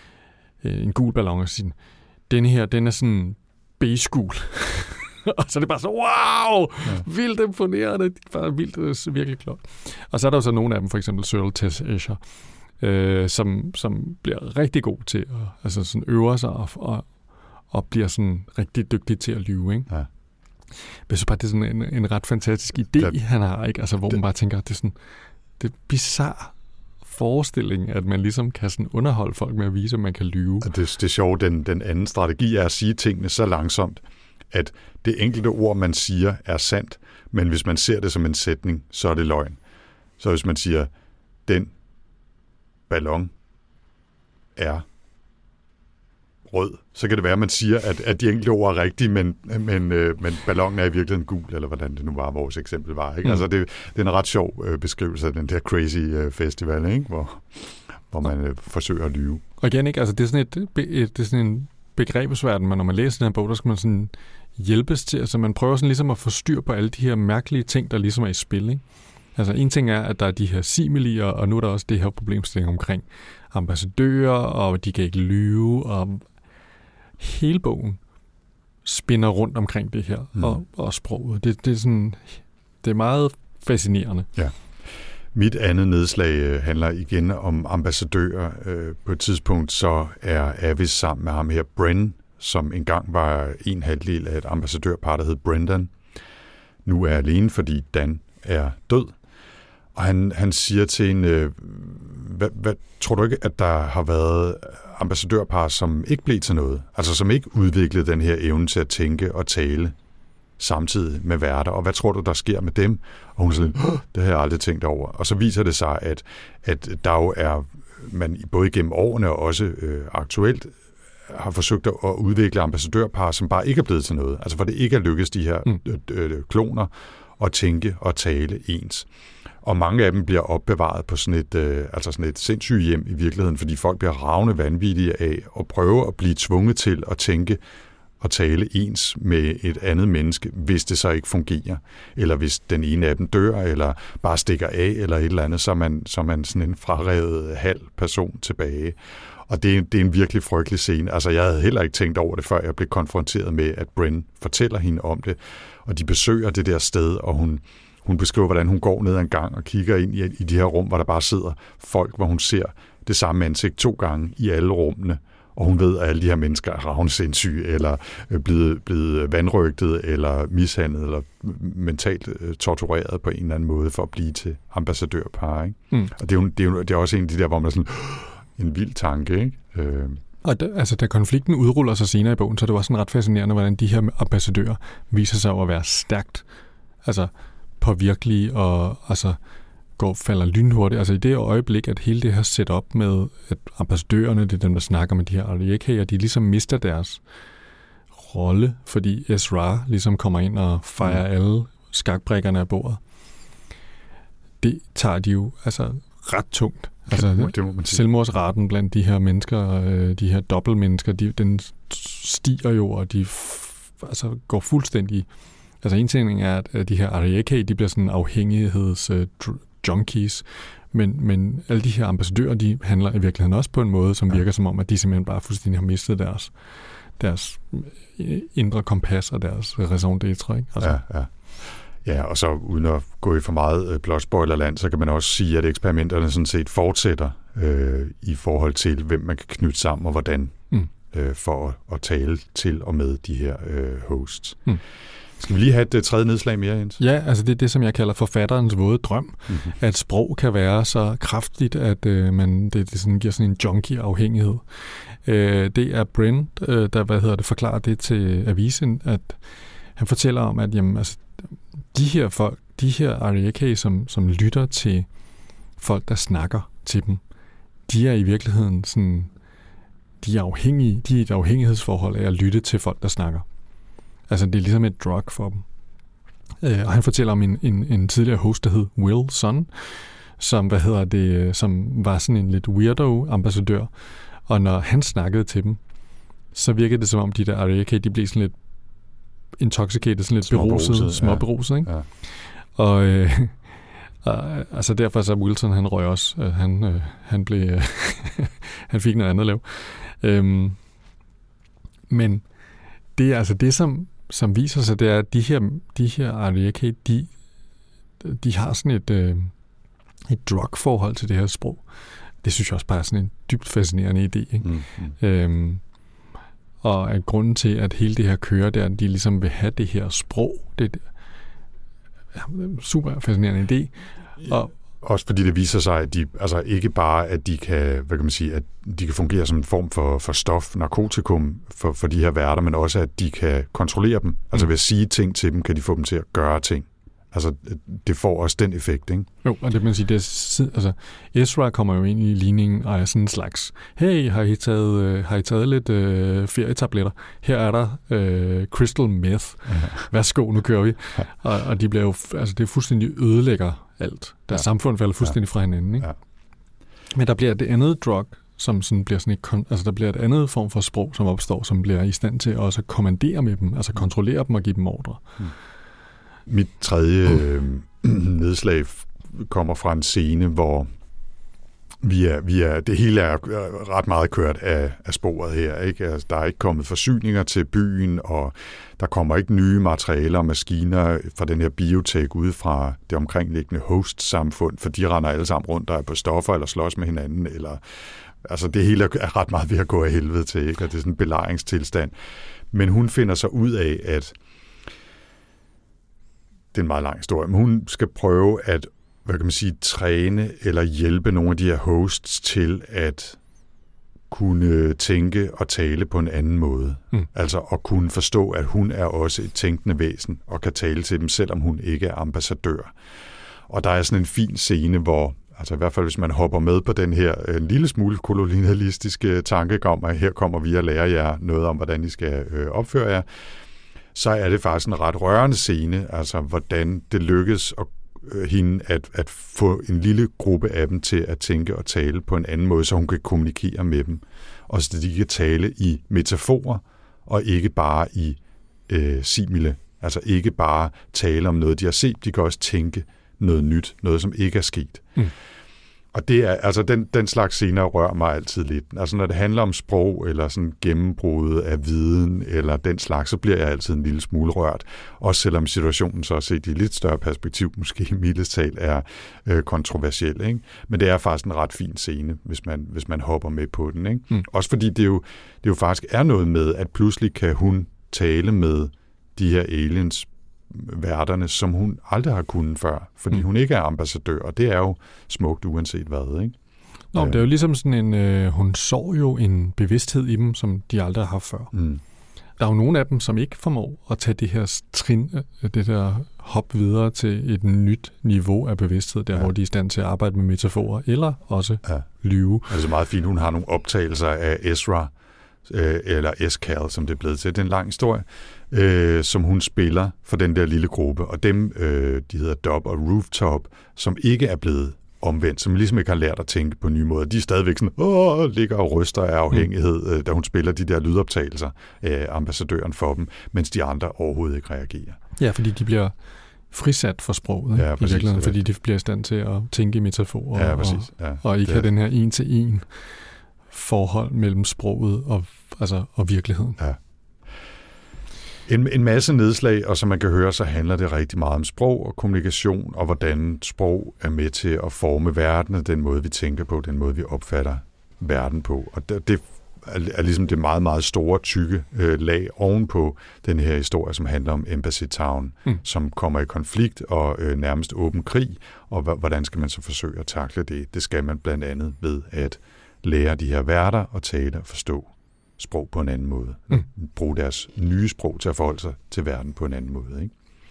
øh, en gul ballon, og siger, den her, den er sådan beige-gul. Og så er det bare så, wow, ja. Vildt imponerende, det er bare vildt, det er virkelig klart. Og så er der jo så nogle af dem, for eksempel Searle Tess Escher, øh, som, som bliver rigtig god til at, altså sådan øver sig og, og, og bliver sådan rigtig dygtig til at lyve, ikke? Ja. Jeg synes bare, det er sådan en, en ret fantastisk idé, det, han har, ikke? Altså, hvor det, man bare tænker, det er sådan, det er bizarre forestilling, at man ligesom kan sådan underholde folk med at vise, at man kan lyve. Det, det er sjovt, den, den anden strategi er at sige tingene så langsomt, at det enkelte ord, man siger, er sandt, men hvis man ser det som en sætning, så er det løgn. Så hvis man siger, den ballon er rød, så kan det være, at man siger, at, at de enkelte ord er rigtige, men, men, øh, men ballonen er i virkeligheden gul, eller hvordan det nu var, vores eksempel var. Ikke? Mm. Altså, det, det er en ret sjov øh, beskrivelse af den der crazy øh, festival, ikke? Hvor, hvor man øh, forsøger at lyve. Og igen, ikke? Altså, det er sådan, et, et, det er sådan en begrebsverden, men når man læser den her bog, der skal man sådan hjælpes til, altså man prøver sådan ligesom at få styr på alle de her mærkelige ting, der ligesom er i spil, ikke? Altså en ting er, at der er de her similer, og nu er der også det her problemstilling omkring ambassadører, og de kan ikke lyve, og hele bogen spinner rundt omkring det her, mm. og, og sproget. Det, det, er sådan, det er meget fascinerende. Ja. Mit andet nedslag handler igen om ambassadører. På et tidspunkt så er Avis sammen med ham her, Bren, som engang var en halvdel af et ambassadørpar, der hed Brendan. Nu er alene, fordi Dan er død. Og han, han siger til en, øh, hvad, hvad, tror du ikke, at der har været ambassadørpar, som ikke blev til noget? Altså som ikke udviklede den her evne til at tænke og tale samtidig med værter. Og hvad tror du, der sker med dem? Og hun siger, det har jeg aldrig tænkt over. Og så viser det sig, at, at der jo er, man både gennem årene og også øh, aktuelt, har forsøgt at udvikle ambassadørpar, som bare ikke er blevet til noget. Altså for det ikke er lykkedes de her mm. øh, øh, kloner at tænke og tale ens. Og mange af dem bliver opbevaret på sådan et, øh, altså sådan et sindssygehjem i virkeligheden, fordi folk bliver ravne vanvittige af at prøve at blive tvunget til at tænke at tale ens med et andet menneske, hvis det så ikke fungerer, eller hvis den ene af dem dør, eller bare stikker af, eller et eller andet, så er man, så er man sådan en frarevet halv person tilbage. Og det er, det er en virkelig frygtelig scene. Altså, jeg havde heller ikke tænkt over det, før jeg blev konfronteret med, at Bryn fortæller hende om det, og de besøger det der sted, og hun, hun beskriver, hvordan hun går ned ad en gang og kigger ind i, i de her rum, hvor der bare sidder folk, hvor hun ser det samme ansigt to gange i alle rummene, og hun ved, at alle de her mennesker er ravnesindssyge, eller blevet, blevet vanrøgtet, eller mishandlet, eller mentalt tortureret på en eller anden måde, for at blive til ambassadørpar. Ikke? Mm. Og det er, jo, det, er jo, det er også en af de der, hvor man er sådan, en vild tanke, ikke? Øh. Og da, altså, da konflikten udruller sig senere i bogen, så er det også sådan ret fascinerende, hvordan de her ambassadører viser sig at være stærkt altså, påvirkelige og altså, går, falder lynhurtigt. Altså i det øjeblik, at hele det her setup med, at ambassadørerne, det er dem, der snakker med de her Ariake, og de ligesom mister deres rolle, fordi Ezra ligesom kommer ind og fejrer mm. alle skakbrikkerne af bordet. Det tager de jo altså ret tungt. Altså, det må man sige. Selvmordsraten blandt de her mennesker, øh, de her dobbeltmennesker, de, den stiger jo, og de f- altså, går fuldstændig... Altså en ting er, at de her Ariake, de bliver sådan afhængigheds øh, junkies, men, men alle de her ambassadører, de handler i virkeligheden også på en måde, som virker som om, at de simpelthen bare fuldstændig har mistet deres, deres indre kompas og deres raison d'être, ikke? Altså. Ja, ja. Ja, og så uden at gå i for meget øh, blodspoilerland, så kan man også sige, at eksperimenterne sådan set fortsætter øh, i forhold til, hvem man kan knytte sammen og hvordan, mm. øh, for at, at tale til og med de her øh, hosts. Mm. Skal vi lige have et uh, tredje nedslag mere, Jens? Ja, altså det er det, som jeg kalder forfatterens våde drøm. Mm-hmm. At sprog kan være så kraftigt, at øh, man, det, det sådan, giver sådan en junkie-afhængighed. Øh, det er Brent, øh, der hvad hedder det, forklarer det til avisen, at han fortæller om, at jamen, altså, de her folk, de her Ariake, som, som lytter til folk, der snakker til dem, de er i virkeligheden sådan, de er afhængige, de er et afhængighedsforhold af at lytte til folk, der snakker. Altså, det er ligesom et drug for dem. Øh, og han fortæller om en, en, en tidligere host, der hed Will Son, som, hvad hedder det, som var sådan en lidt weirdo-ambassadør. Og når han snakkede til dem, så virkede det som om, de der Ariake, de blev sådan lidt intoxicated, sådan lidt beruset, småberuset, ja. Ikke? Ja. Og, øh, og altså derfor så Wilson, han røg også, øh, han, øh, han blev, øh, han fik noget andet at lave. Øhm, men det er altså det, som, som viser sig, det er, at de her, de her Ariake, de, de har sådan et, øh, et drug-forhold til det her sprog. Det synes jeg også bare er sådan en dybt fascinerende idé. Ikke? Mm, mm. Øhm, og at grunden til, at hele det her kører, det er, at de ligesom vil have det her sprog. Det er en super fascinerende idé. Og også fordi det viser sig, at de altså ikke bare, at de kan, hvad kan man sige, at de kan fungere som en form for, for stof, narkotikum for, for de her værter, men også, at de kan kontrollere dem. Altså ved at sige ting til dem, kan de få dem til at gøre ting. Altså, det får også den effekt, ikke? Jo, og det man sige, det er, altså, Ezra kommer jo ind i ligningen og er sådan en slags, hey, har I taget, øh, har I taget lidt øh, ferietabletter? Her er der øh, crystal meth. Ja. Værsgo, nu kører vi. Ja. Og, og de bliver jo, altså, det er fuldstændig ødelægger alt. Der ja. Samfund falder fuldstændig ja. Fra hinanden, ikke? Ja. Men der bliver det andet drug, som sådan bliver sådan et, altså der bliver et andet form for sprog, som opstår, som bliver i stand til også at kommandere med dem, altså kontrollere dem og give dem ordre. Hmm. Mit tredje øh, nedslag kommer fra en scene, hvor vi er, vi er, det hele er ret meget kørt af, af sporet her. Ikke? Altså, der er ikke kommet forsyninger til byen, og der kommer ikke nye materialer og maskiner fra den her biotek ude fra det omkringliggende host-samfund, for de render alle sammen rundt, der er på stoffer eller slås med hinanden. Eller, altså det hele er ret meget ved at gå af helvede til, ikke? Og det er sådan en belejringstilstand. Men hun finder sig ud af, at det er en meget lang historie, men hun skal prøve at, hvad kan man sige, træne eller hjælpe nogle af de her hosts til at kunne tænke og tale på en anden måde. Mm. Altså at kunne forstå, at hun er også et tænkende væsen og kan tale til dem, selvom hun ikke er ambassadør. Og der er sådan en fin scene, hvor, altså i hvert fald hvis man hopper med på den her en lille smule kolonialistiske tankegang, at her kommer vi og lærer jer noget om, hvordan I skal øh, opføre jer, så er det faktisk en ret rørende scene, altså hvordan det lykkes at, øh, hende at, at få en lille gruppe af dem til at tænke og tale på en anden måde, så hun kan kommunikere med dem, og så de kan tale i metaforer og ikke bare i øh, simile. Altså ikke bare tale om noget, de har set, de kan også tænke noget nyt, noget som ikke er sket. Mm. Og det er, altså den, den slags scener rører mig altid lidt. Altså når det handler om sprog, eller sådan gennembrud af viden, eller den slags, så bliver jeg altid en lille smule rørt. Også selvom situationen så set i lidt større perspektiv, måske mildest talt er øh, kontroversiel. Ikke? Men det er faktisk en ret fin scene, hvis man, hvis man hopper med på den. Ikke? Mm. Også fordi det jo, det jo faktisk er noget med, at pludselig kan hun tale med de her aliens, værterne, som hun aldrig har kunnet før, fordi mm. hun ikke er ambassadør, og det er jo smukt uanset hvad, ikke? Nå, det er jo ligesom sådan en, øh, hun så jo en bevidsthed i dem, som de aldrig har haft før. Mm. Der er jo nogle af dem, som ikke formår at tage det her trin, det der hop videre til et nyt niveau af bevidsthed, der ja. hvor de er i stand til at arbejde med metaforer, eller også ja. lyve. Det er så meget fint, hun har nogle optagelser af Ezra, øh, eller Escal, som det er blevet til. Det er en lang historie, øh, som hun spiller for den der lille gruppe, og dem, øh, de hedder Dub og Rooftop, som ikke er blevet omvendt, som ligesom ikke har lært at tænke på nye måder. De er stadigvæk sådan, åh, ligger og ryster af afhængighed, mm. da hun spiller de der lydoptagelser af ambassadøren for dem, mens de andre overhovedet ikke reagerer. Ja, fordi de bliver frisat for sproget, ja, præcis, i virkeligheden, fordi de bliver i stand til at tænke i metaforer, ja, præcis, ja, og, og ikke have den her en-til-en forhold mellem sproget og, altså, og virkeligheden. Ja. En, en masse nedslag, og som man kan høre, så handler det rigtig meget om sprog og kommunikation, og hvordan sprog er med til at forme verden, den måde, vi tænker på, den måde, vi opfatter verden på. Og det, det er, er ligesom det meget, meget store, tykke øh, lag ovenpå den her historie, som handler om Embassy Town, mm. som kommer i konflikt og øh, nærmest åben krig, og h- hvordan skal man så forsøge at takle det? Det skal man blandt andet ved at lære de her værter at tale og forstå sprog på en anden måde. Mm. Bruge deres nye sprog til at forholde sig til verden på en anden måde.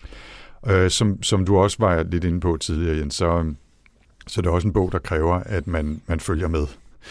Ikke? Øh, som, som du også var lidt inde på tidligere, Jens, så, så det er også en bog, der kræver, at man, man følger med,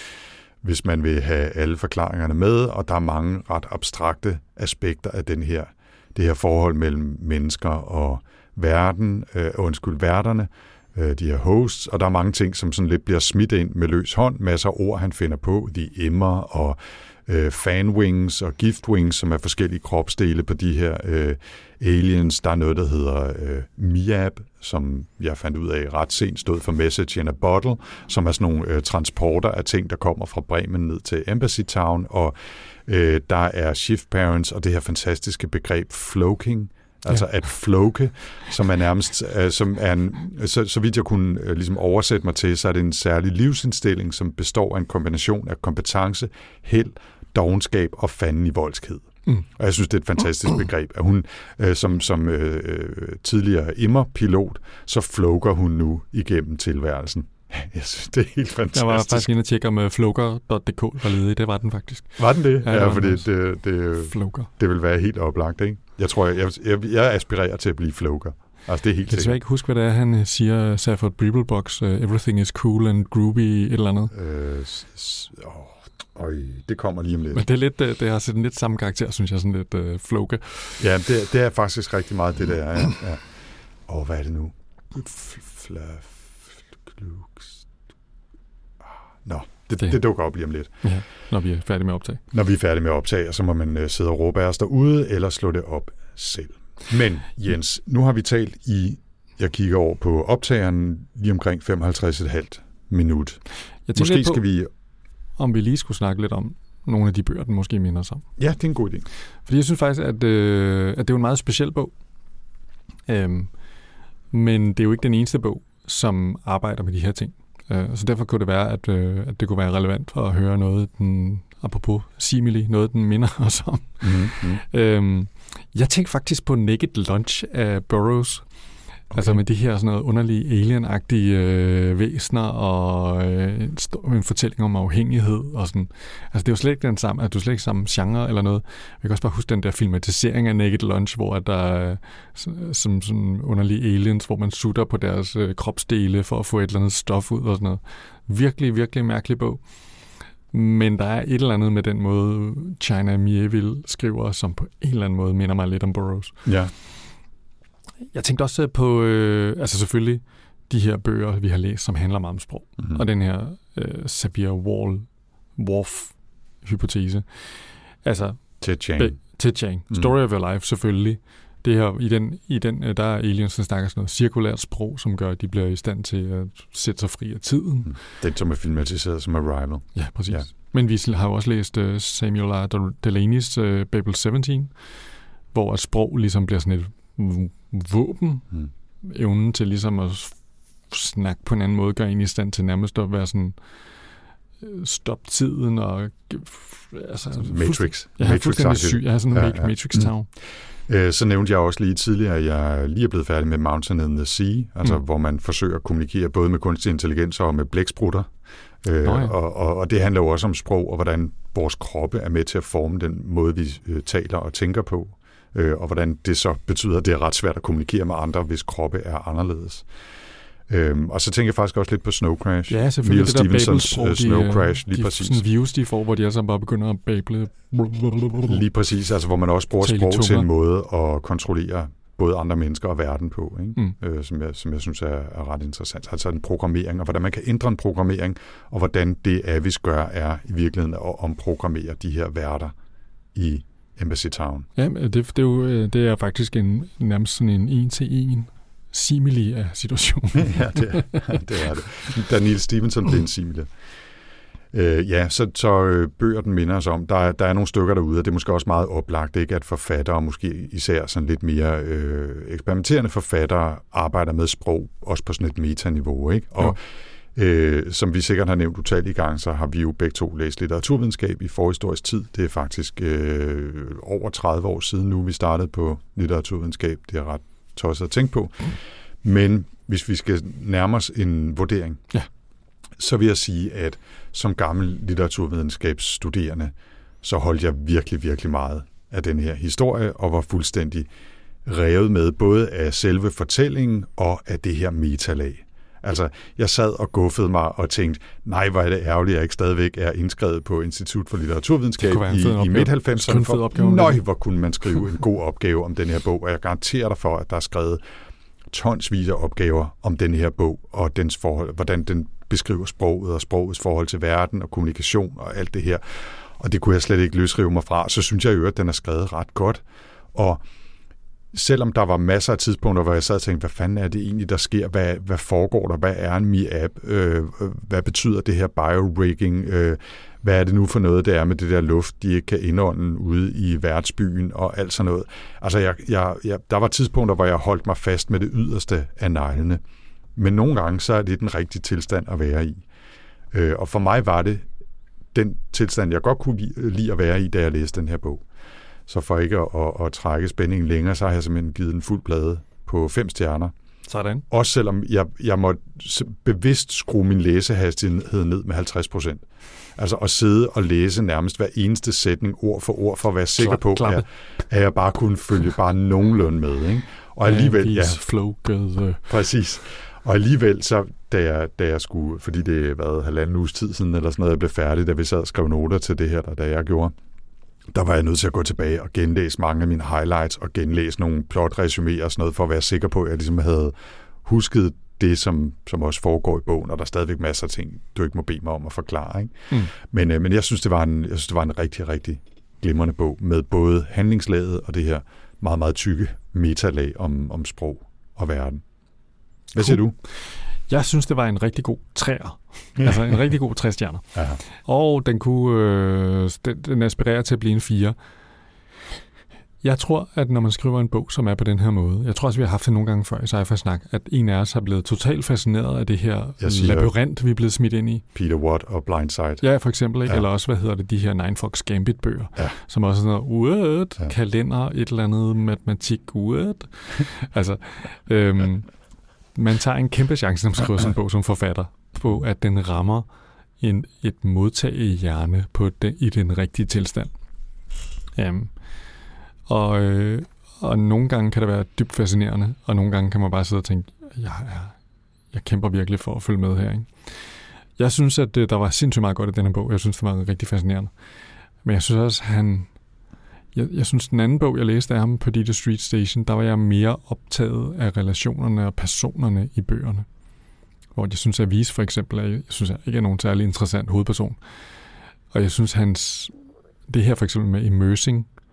hvis man vil have alle forklaringerne med, og der er mange ret abstrakte aspekter af den her, det her forhold mellem mennesker og verden, øh, undskyld, værterne, øh, de her hosts, og der er mange ting, som sådan lidt bliver smidt ind med løs hånd, masser af ord, han finder på, de emmer og øh, fanwings og giftwings, som er forskellige kropsdele på de her øh, aliens. Der er noget, der hedder øh, M I A B, som jeg fandt ud af ret sent stod for Message in a Bottle, som er sådan nogle øh, transporter af ting, der kommer fra Bremen ned til Embassy Town, og øh, der er shift parents og det her fantastiske begreb floking, altså ja. at floke, som er nærmest, øh, som er en, så, så vidt jeg kunne øh, ligesom oversætte mig til, så er det en særlig livsindstilling, som består af en kombination af kompetence, held, dovenskab og fanden i voldskhed. Mm. Og jeg synes, det er et fantastisk begreb, at hun øh, som, som øh, tidligere Immer-pilot, så floker hun nu igennem tilværelsen. Jeg synes, det er helt fantastisk. Jeg var faktisk inde og tjekke om uh, floker punktum d k var ledig. Det var den faktisk. Var den det? Ja, ja, ja fordi det, det, det, floker. Det vil være helt oplagt, ikke? Jeg tror, jeg, jeg, jeg aspirerer til at blive floker. Altså, det er helt jeg kan ikke huske, hvad det er, han siger, Safford Beeblebox, uh, everything is cool and groovy, et eller andet. Øh, s- s- åh. Øj, det kommer lige om lidt. Men det er lidt, det har sådan lidt samme karakter, synes jeg, sådan lidt uh, floke. Ja, det, det er faktisk rigtig meget det der. Ja, ja. Åh, hvad er det nu? Nå, det, det. det dukker op lige om lidt. Ja, når vi er færdige med at optage. Når vi er færdige med at optage, så må man uh, sidde og råbe af os derude, eller slå det op selv. Men Jens, nu har vi talt i, jeg kigger over på optageren, lige omkring femoghalvtreds komma fem minut. Jeg Måske på, skal vi... om vi lige skulle snakke lidt om nogle af de bøger, den måske minder sig om. Ja, det er en god idé. Fordi jeg synes faktisk, at, øh, at det er en meget speciel bog. Øhm, men det er jo ikke den eneste bog, som arbejder med de her ting. Øh, så derfor kunne det være, at, øh, at det kunne være relevant for at høre noget, den, apropos simile, noget, den minder os om. Mm-hmm. Øhm, jeg tænkte faktisk på Naked Lunch af Burroughs. Okay. Altså med de her sådan noget underlige alien-agtige øh, væsener og øh, en, stor, en fortælling om afhængighed og sådan. Altså det er jo slet ikke den samme, at du slet ikke samme genre eller noget. Jeg kan også bare huske den der filmatisering af Naked Lunch, hvor der er som sådan underlige aliens, hvor man sutter på deres øh, kropsdele for at få et eller andet stof ud og sådan noget. Virkelig, virkelig mærkelig bog. Men der er et eller andet med den måde, China Miéville skriver, som på en eller anden måde minder mig lidt om Burroughs. Ja. Jeg tænkte også på, øh, altså selvfølgelig, de her bøger, vi har læst, som handler meget om sprog. Mm-hmm. Og den her øh, Sapir-Whorf-hypotese. Altså, Ted Chiang. Be- Til Chang. Story mm. of Your Life, selvfølgelig. Det her, i den, i den der er aliens, der snakker sådan noget cirkulært sprog, som gør, at de bliver i stand til at sætte sig fri af tiden. Mm. Den, som er filmatiseret som Arrival. Ja, præcis. Ja. Men vi har jo også læst uh, Samuel R. Delaney's uh, Babel sytten, hvor et sprog ligesom bliver sådan et våben. Mm. Evnen til ligesom at snakke på en anden måde, gør en i stand til nærmest at være sådan stop tiden og altså, Matrix. Jeg har fuldstændig syg. Jeg har sådan en ja, ja. Matrix-tag. Mm. Så nævnte jeg også lige tidligere, at jeg lige er blevet færdig med Mountain in the Sea, altså mm. hvor man forsøger at kommunikere både med kunstig intelligens og med blæksprutter. Nå, ja. og, og, og det handler jo også om sprog, og hvordan vores kroppe er med til at forme den måde, vi øh, taler og tænker på, øh, og hvordan det så betyder, at det er ret svært at kommunikere med andre, hvis kroppe er anderledes. Øhm, og så tænker jeg faktisk også lidt på Snow Crash. Ja, selvfølgelig. Neil Stephensons uh, Snow de, Crash, lige de, præcis. Sådan en virus, de får, hvor de altså bare begynder at bable. Lige præcis, altså hvor man også bruger sprog til en måde at kontrollere både andre mennesker og verden på, ikke? Mm. Øh, som, jeg, som jeg synes er, er ret interessant. Altså en programmering, og hvordan man kan ændre en programmering, og hvordan det Avis gør, er i virkeligheden at omprogrammere de her værter i Embassy Town. Ja, det, det, er jo, det er faktisk en, nærmest sådan en en-til-en simile af situationen. Ja, det er det. Er det. Da Neil Stephenson blev en simile. Øh, ja, så, så bøger den minder os om, der, der er nogle stykker derude, og det er måske også meget oplagt, ikke, at forfattere, måske især sådan lidt mere øh, eksperimenterende forfattere, arbejder med sprog, også på sådan et metaniveau, ikke? Og øh, som vi sikkert har nævnt utallige gange, så har vi jo begge to læst litteraturvidenskab i forhistorisk tid. Det er faktisk øh, over tredive år siden nu, vi startede på litteraturvidenskab. Det er ret tosset at tænke på. Men hvis vi skal nærme os en vurdering, ja. så vil jeg sige, at som gammel litteraturvidenskabsstuderende, så holdt jeg virkelig, virkelig meget af den her historie, og var fuldstændig revet med både af selve fortællingen og af det her metalag. Altså, jeg sad og guffede mig og tænkte, nej, hvor er det ærgerligt, at jeg ikke stadigvæk er indskrevet på Institut for Litteraturvidenskab i, i midt halvfemserne. Nøj, hvor kunne man skrive en god opgave om den her bog, og jeg garanterer dig for, at der er skrevet tonsvis af opgaver om den her bog, og dens forhold, hvordan den beskriver sproget og sprogets forhold til verden og kommunikation og alt det her. Og det kunne jeg slet ikke løsrive mig fra. Så synes jeg jo, at den er skrevet ret godt. Og selvom der var masser af tidspunkter, hvor jeg sad og tænkte, hvad fanden er det egentlig, der sker? Hvad, hvad foregår der? Hvad er en M I-app? Øh, hvad betyder det her biorigging? Øh, hvad er det nu for noget, det er med det der luft, de ikke kan indånde ude i værtsbyen og alt sådan noget? Altså, jeg, jeg, jeg, der var tidspunkter, hvor jeg holdt mig fast med det yderste af neglene. Men nogle gange, så er det den rigtige tilstand at være i. Øh, og for mig var det den tilstand, jeg godt kunne lide at være i, da jeg læste den her bog. Så for ikke at, at, at trække spændingen længere, så har jeg simpelthen givet en fuld plade på fem stjerner. Sådan. Også selvom jeg, jeg måtte bevidst skrue min læsehastighed ned med halvtreds procent. Altså at sidde og læse nærmest hver eneste sætning, ord for ord, for at være sikker på, at, at jeg bare kunne følge bare nogenlunde med. Ikke? Og alligevel, ja, flow the... præcis. Og alligevel, så da jeg, da jeg skulle, fordi det var halvanden uges tid siden, eller sådan noget, jeg blev færdig, da vi sad og skrev noter til det her, der, da jeg gjorde, der var jeg nødt til at gå tilbage og genlæse mange af mine highlights, og genlæse nogle plot-resuméer og sådan noget, for at være sikker på, at jeg ligesom havde husket det, som, som også foregår i bogen, og der er stadigvæk masser af ting, du ikke må bede mig om at forklare. Ikke? Mm. Men, øh, men jeg synes, det var en, jeg synes, det var en rigtig, rigtig glimrende bog, med både handlingslaget og det her meget, meget tykke metalag om, om sprog og verden. Hvad siger cool. du? Jeg synes, det var en rigtig god træer. Altså en rigtig god tre stjerner. Aha. Og den kunne øh, den, den aspirerer til at blive en fire. Jeg tror, at når man skriver en bog, som er på den her måde, jeg tror også, vi har haft det nogle gange før i Sci-Fi Snak, at en af os har blevet totalt fascineret af det her labyrint, vi er blevet smidt ind i. Peter Watt og Blindside. Ja, for eksempel. Ikke? Ja. Eller også, hvad hedder det, de her Nine Fox Gambit-bøger, ja. Som også er sådan noget, what? Ja. Kalender, et eller andet matematik, what? altså, øhm, man tager en kæmpe chance, når man skriver sådan en bog som forfatter, på at den rammer en, et modtag i hjerne på den, i den rigtige tilstand. Um, og, øh, og nogle gange kan det være dybt fascinerende, og nogle gange kan man bare sidde og tænke, jeg, er, jeg kæmper virkelig for at følge med her. Ikke? Jeg synes, at der var sindssygt meget godt i denne bog. Jeg synes, det var rigtig fascinerende. Men jeg synes også, at han... Jeg, jeg synes, den anden bog, jeg læste af ham, Perdita Street Station, der var jeg mere optaget af relationerne og personerne i bøgerne. Hvor jeg synes, at Avis for eksempel, er, jeg synes jeg ikke er nogen særlig interessant hovedperson. Og jeg synes, hans... Det her for eksempel med immersing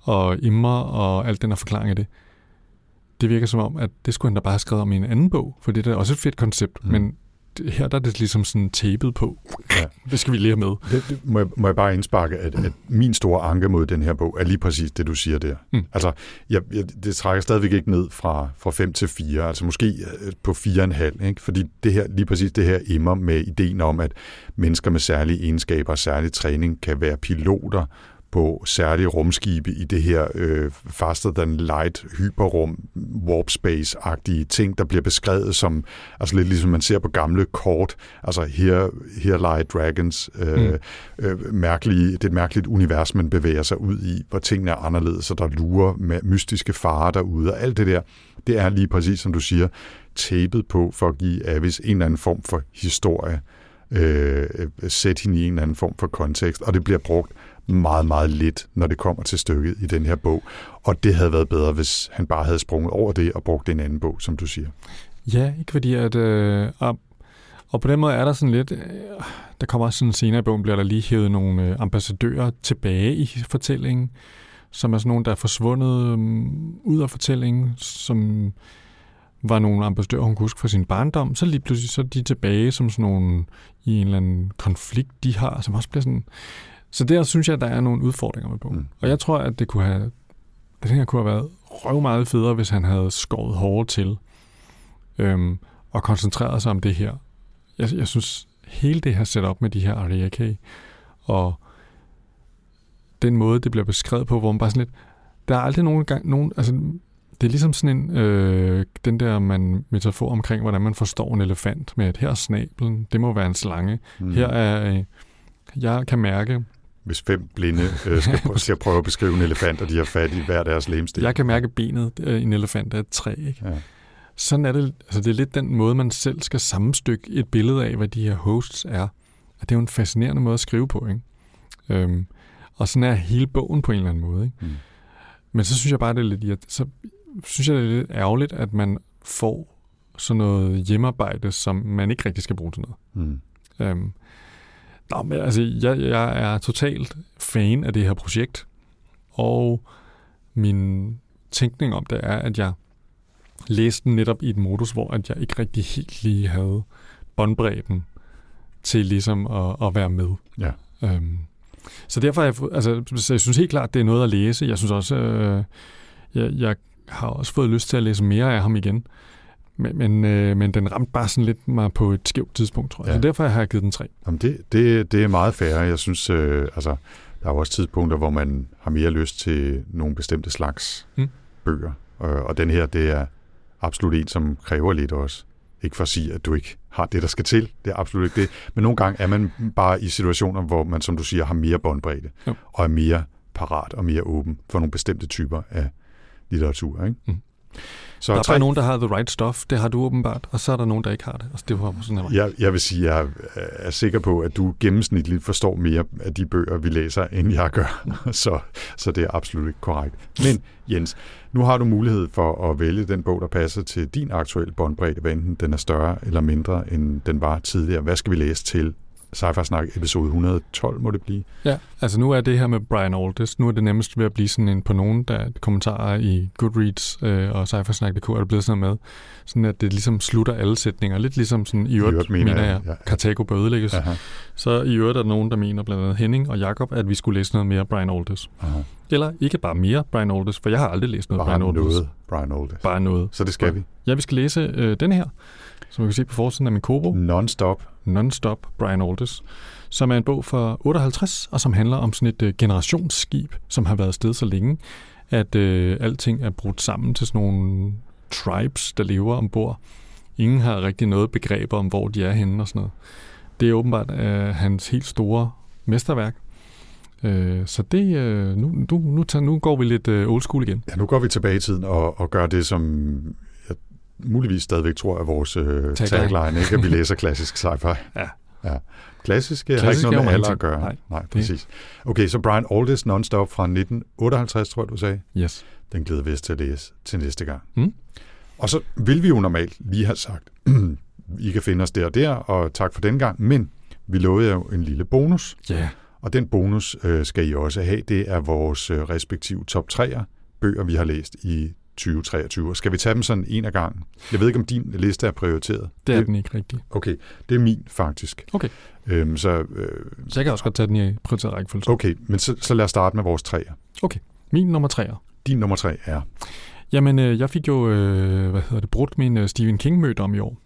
og immer og alt den her forklaring af det. Det virker som om, at det skulle han da bare have skrevet om i en anden bog, for det er da også et fedt koncept, mm. men her der er det ligesom sådan tapet på. Ja. Det skal vi lige have med. Det, det, må, jeg, må jeg bare indsparke, at, at min store anke mod den her bog er lige præcis det, du siger der. Mm. Altså, jeg, jeg, det trækker stadigvæk ikke ned fra, fra fem til fire, altså måske på fire og en halv, ikke? Fordi det her, lige præcis det her emmer med ideen om, at mennesker med særlige egenskaber og særlig træning kan være piloter på særlige rumskibe i det her øh, faster than light, hyperrum, warp space-agtige ting, der bliver beskrevet som, altså lidt ligesom man ser på gamle kort, altså here, here lie dragons, øh, mm. øh, mærkelige, det er et mærkeligt univers, man bevæger sig ud i, hvor tingene er anderledes, og der lurer med mystiske farer derude, og alt det der, det er lige præcis, som du siger, tapet på for at give Avis en eller anden form for historie, øh, sætte hende i en eller anden form for kontekst, og det bliver brugt meget, meget lidt, når det kommer til stykket i den her bog. Og det havde været bedre, hvis han bare havde sprunget over det og brugt en anden bog, som du siger. Ja, ikke fordi at... Øh, og, og på den måde er der sådan lidt... Øh, der kommer også sådan senere i bogen, bliver der lige hævet nogle øh, ambassadører tilbage i fortællingen, som er sådan nogle, der er forsvundet øh, ud af fortællingen, som var nogle ambassadører, hun kunne huske fra sin barndom. Så lige pludselig så er de tilbage som sådan nogle i en eller anden konflikt, de har, som også bliver sådan... Så der synes jeg, at der er nogle udfordringer med bogen. Mm. Og jeg tror, at det kunne have, det her kunne have været røv meget federe, hvis han havde skåret hårdt til øhm, og koncentreret sig om det her. Jeg, jeg synes, hele det her setup med de her Ariake og den måde, det bliver beskrevet på, hvor man bare sådan lidt, der er aldrig nogen gang, nogen, altså, det er ligesom sådan en, øh, den der man metafor omkring, hvordan man forstår en elefant med, at her er snablen, det må være en slange. Mm. Her er, øh, jeg kan mærke, hvis fem blinde øh, skal, prøve, skal prøve at beskrive en elefant, og de har fat i hver deres legemstil. Jeg kan mærke benet i en elefant af et træ. Ikke? Ja. Sådan er det. Altså det er lidt den måde, man selv skal sammenstykke et billede af, hvad de her hosts er. Og det er jo en fascinerende måde at skrive på. Ikke? Øhm, og sådan er hele bogen på en eller anden måde. Ikke? Mm. Men så synes jeg bare, det er lidt, så synes jeg, det er lidt ærgerligt, at man får sådan noget hjemmearbejde, som man ikke rigtig skal bruge til noget. Mm. Øhm, Nå, men altså, jeg, jeg er totalt fan af det her projekt, og min tænkning om det er, at jeg læste den netop i et modus, hvor at jeg ikke rigtig helt lige havde båndbredden til ligesom at, at være med. Ja. Øhm, så derfor er jeg, altså, så jeg synes helt klart, det er noget at læse. Jeg synes også, øh, jeg, jeg har også fået lyst til at læse mere af ham igen. Men, men, øh, men den ramte bare sådan lidt mig på et skævt tidspunkt, tror jeg. Ja. Så derfor har jeg givet den tre. Jamen det, det, det er meget fair. Jeg synes, øh, altså, der er jo også tidspunkter, hvor man har mere lyst til nogle bestemte slags mm. bøger. Og, og den her, det er absolut en, som kræver lidt også. Ikke for at sige, at du ikke har det, der skal til. Det er absolut ikke det. Men nogle gange er man bare i situationer, hvor man, som du siger, har mere båndbredde. Jo. Og er mere parat og mere åben for nogle bestemte typer af litteratur. Ikke? Mm. Så der er tre... bare nogen, der har the right stuff. Det har du åbenbart. Og så er der nogen, der ikke har det. Altså, det var sådan her. Jeg, jeg vil sige, at jeg er sikker på, at du gennemsnitligt forstår mere af de bøger, vi læser, end jeg gør. så, så det er absolut ikke korrekt. Men Jens, nu har du mulighed for at vælge den bog, der passer til din aktuelle båndbredde, hvad enten den er større eller mindre, end den var tidligere. Hvad skal vi læse til Sci-Fi Snak episode et hundrede og tolv, må det blive? Ja, altså nu er det her med Brian Aldiss, nu er det nemmest ved at blive sådan en på nogen, der kommentarer i Goodreads øh, og Sci-Fi Snak punktum d k er det blevet sådan med, sådan at det ligesom slutter alle sætninger, lidt ligesom sådan i øvrigt, mener jeg, jeg ja. Karthago bør ødelægges. Aha. Så i øvrigt er der nogen, der mener, blandt andet Henning og Jakob, at vi skulle læse noget mere Brian Aldiss. Aha. Eller ikke bare mere Brian Aldiss, for jeg har aldrig læst noget bare Brian Aldiss. Noget Brian Aldiss. Bare noget. Så det skal vi. Ja, vi skal læse øh, den her, som man kan se på forsiden af min Kobo. Non-stop. Non-stop Brian Aldiss, som er en bog fra otteoghalvtreds, og som handler om sådan et øh, generationsskib, som har været afsted så længe, at øh, alting er brudt sammen til sådan nogle tribes, der lever ombord. Ingen har rigtig noget begreb om, hvor de er henne og sådan noget. Det er åbenbart øh, hans helt store mesterværk. Øh, så det, øh, nu, nu, nu, tager, nu går vi lidt øh, old school igen. Ja, nu går vi tilbage i tiden og, og gør det, som jeg muligvis stadigvæk tror er vores øh, tagline, ikke? At vi læser klassisk sci-fi. Ja. Ja. Klassisk, klassisk har ikke noget med alder at gøre. Nej, Nej præcis. Okay, så Brian Aldiss Non-stop fra nitten otteoghalvtreds, tror jeg, du sagde. Yes. Den glæder vi os til at læse til næste gang. Mm. Og så vil vi jo normalt lige have sagt, I kan finde os der og der, og tak for den gang, men vi lovede jo en lille bonus. Ja. Yeah. Og den bonus øh, skal I også have. Det er vores øh, respektive top tre'er bøger, vi har læst i tyve treogtyve. Skal vi tage dem sådan en af gangen? Jeg ved ikke, om din liste er prioriteret. Det er det, den ikke rigtigt. Okay, det er min faktisk. Okay. Øhm, så, øh, så jeg kan også godt tage den i prioriteret rækkefølge. Okay, men så, så lad os starte med vores treer. Okay, min nummer treer. Din nummer tre er? Jamen, øh, jeg fik jo, øh, hvad hedder det, brudt min uh, Stephen King-møde om i år.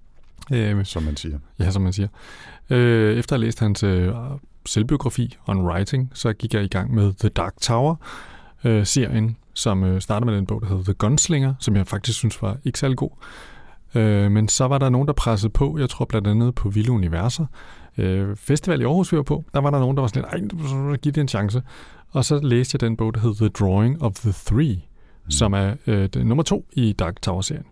Øh, som man siger. Ja, som man siger. Øh, efter at have læst hans øh, selvbiografi on writing, så gik jeg i gang med The Dark Tower-serien, øh, som øh, startede med den bog, der hedder The Gunslinger, som jeg faktisk synes var ikke særlig god. Øh, men så var der nogen, der pressede på, jeg tror blandt andet på Vilde Universer. Øh, festival i Aarhus, vi var på, der var der nogen, der var sådan lidt, ej, giv det en chance. Og så læste jeg den bog, der hedder The Drawing of the Three, mm. som er øh, det, nummer to i Dark Tower-serien.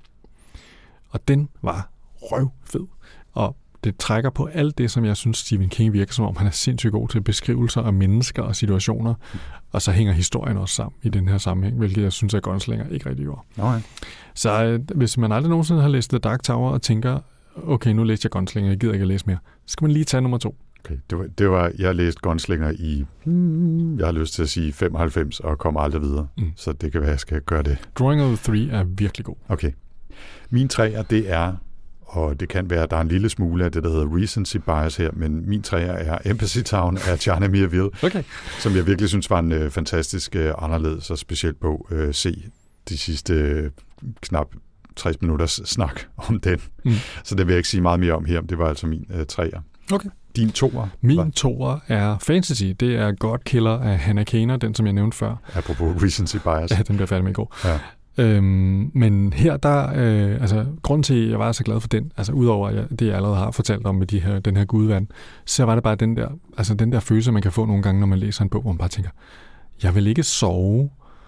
Og den var røvfed. Og det trækker på alt det, som jeg synes, Stephen King virker som om, han er sindssygt god til beskrivelser af mennesker og situationer. Mm. Og så hænger historien også sammen i den her sammenhæng, hvilket jeg synes, at Gunslinger ikke rigtig gjorde. Okay. Så øh, hvis man aldrig nogensinde har læst The Dark Tower og tænker, okay, nu læste jeg Gunslinger, jeg gider ikke at læse mere, så skal man lige tage nummer to. Okay, det var, det var jeg læste Gunslinger i, hmm, jeg har lyst til at sige femoghalvfems, og kommer aldrig videre. Mm. Så det kan være, at jeg skal gøre det. Drawing of the Three er virkelig god. Okay. Min treer, det er, og det kan være, at der er en lille smule af det, der hedder recency bias her, men min treer er Empathy Town af Charna Mirville, okay. som jeg virkelig synes var en øh, fantastisk øh, anderledes og specielt bog. Øh, se de sidste øh, knap tres minutters snak om den. Mm. Så det vil jeg ikke sige meget mere om her. Det var altså min øh, treer. Okay. Din toer? Min toer er fantasy. Det er Godkiller af Hannah Kaner, den som jeg nævnte før. Apropos recency bias. Ja, den bliver færdig med i går. Ja. Øhm, men her, der, øh, altså, grunden til, at jeg var så glad for den, altså udover jeg, det, jeg allerede har fortalt om med de her, den her gudvand, så var det bare den der, altså den der følelse, man kan få nogle gange, når man læser en bog, hvor man bare tænker, jeg vil ikke sove,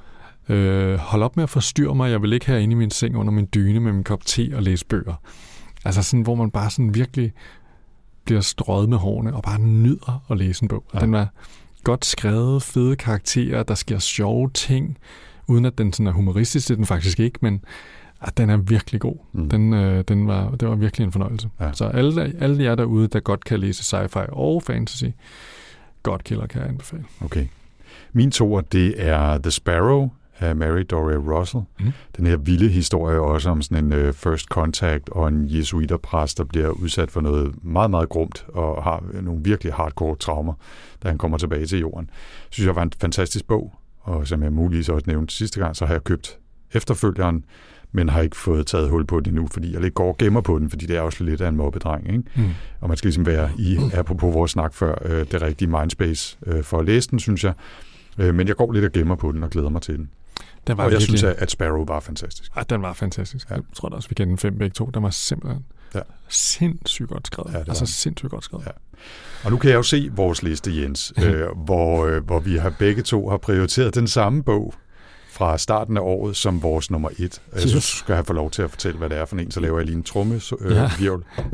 øh, hold op med at forstyrre mig, jeg vil ikke have inde i min seng under min dyne med min kop te og læse bøger. Altså sådan, hvor man bare sådan virkelig bliver strøget med hårene og bare nyder at læse en bog. Ja. Den var godt skrevet, fede karakterer, der sker sjove ting, uden at den sådan er humoristisk, det er den faktisk ikke, men at den er virkelig god. Mm. Den, øh, den var, det var virkelig en fornøjelse. Ja. Så alle, alle jer derude, der godt kan læse sci-fi og fantasy, Godkiller kan jeg anbefale. Okay. Min toer, det er The Sparrow af Mary Doria Russell. Mm. Den her vilde historie også om sådan en uh, first contact og en jesuiterpræst, der bliver udsat for noget meget, meget grumt og har nogle virkelig hardcore traumer, da han kommer tilbage til jorden. Synes jeg var en fantastisk bog, og som jeg muligvis også nævnte sidste gang, så har jeg købt efterfølgeren, men har ikke fået taget hul på det endnu, fordi jeg lidt går og gemmer på den, fordi det er også lidt af en mobbedreng, ikke? Mm. Og man skal ligesom være i, apropos vores snak før, øh, det rigtige mindspace øh, for at læse den, synes jeg. Øh, men jeg går lidt og gemmer på den og glæder mig til den. den var og jeg virkelig... synes, at Sparrow var fantastisk. Ja, den var fantastisk. Ja. Jeg tror da også, vi kendte den fem begge to. Den var simpelthen ja. sindssygt godt skrevet. Ja, altså sindssygt godt skrevet. Ja. Og nu kan jeg jo se vores liste, Jens, øh, hvor, øh, hvor vi har begge to har prioriteret den samme bog fra starten af året som vores nummer et. Jeg synes, yes. du skal have få lov til at fortælle, hvad det er for en, så laver jeg lige en trommevirvel. Øh,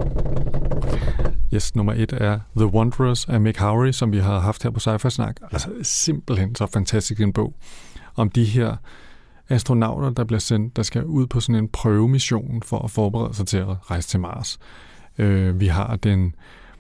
ja. Yes, nummer et er The Wanderers af Mick Howry, som vi har haft her på Sci-Fi Snak. Ja. Altså simpelthen så fantastisk en bog om de her astronauter, der bliver sendt, der skal ud på sådan en prøvemission for at forberede sig til at rejse til Mars. Øh, vi har den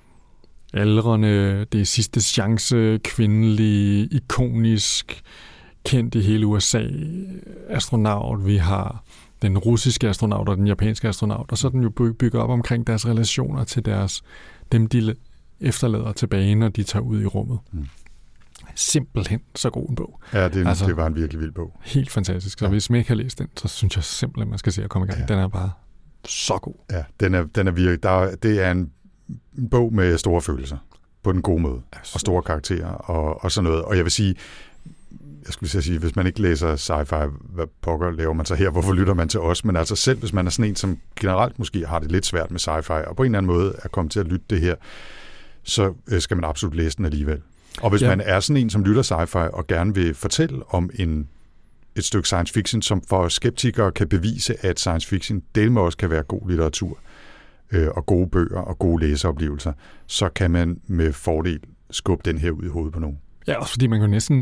aldrende, det sidste chance, kvindelige, ikonisk, kendt i hele U S A astronaut. Vi har den russiske astronaut og den japanske astronaut, og så er den jo bygget op omkring deres relationer til deres, dem de efterlader tilbage, når de tager ud i rummet. Mm. Simpelthen så god en bog. Ja, det, altså, det var en virkelig vild bog. Helt fantastisk. Så ja. Hvis man ikke har læst den, så synes jeg simpelthen, man skal se at komme i gang. Ja. Den er bare så god. Ja, den er, den er virkelig, der, det er en bog med store følelser, på den gode måde, ja, og store karakterer, og, og sådan noget. Og jeg vil sige, jeg skulle sige, hvis man ikke læser sci-fi, hvad pokker laver man så her, hvorfor lytter man til os? Men altså selv, hvis man er sådan en, som generelt måske har det lidt svært med sci-fi, og på en eller anden måde er kommet til at lytte det her, så skal man absolut læse den alligevel. Og hvis ja. man er sådan en, som lytter sci-fi, og gerne vil fortælle om en, et stykke science fiction, som for skeptikere kan bevise, at science fiction del med også kan være god litteratur, øh, og gode bøger og gode læseoplevelser, så kan man med fordel skubbe den her ud i hovedet på nogen. Ja, også fordi man kan næsten...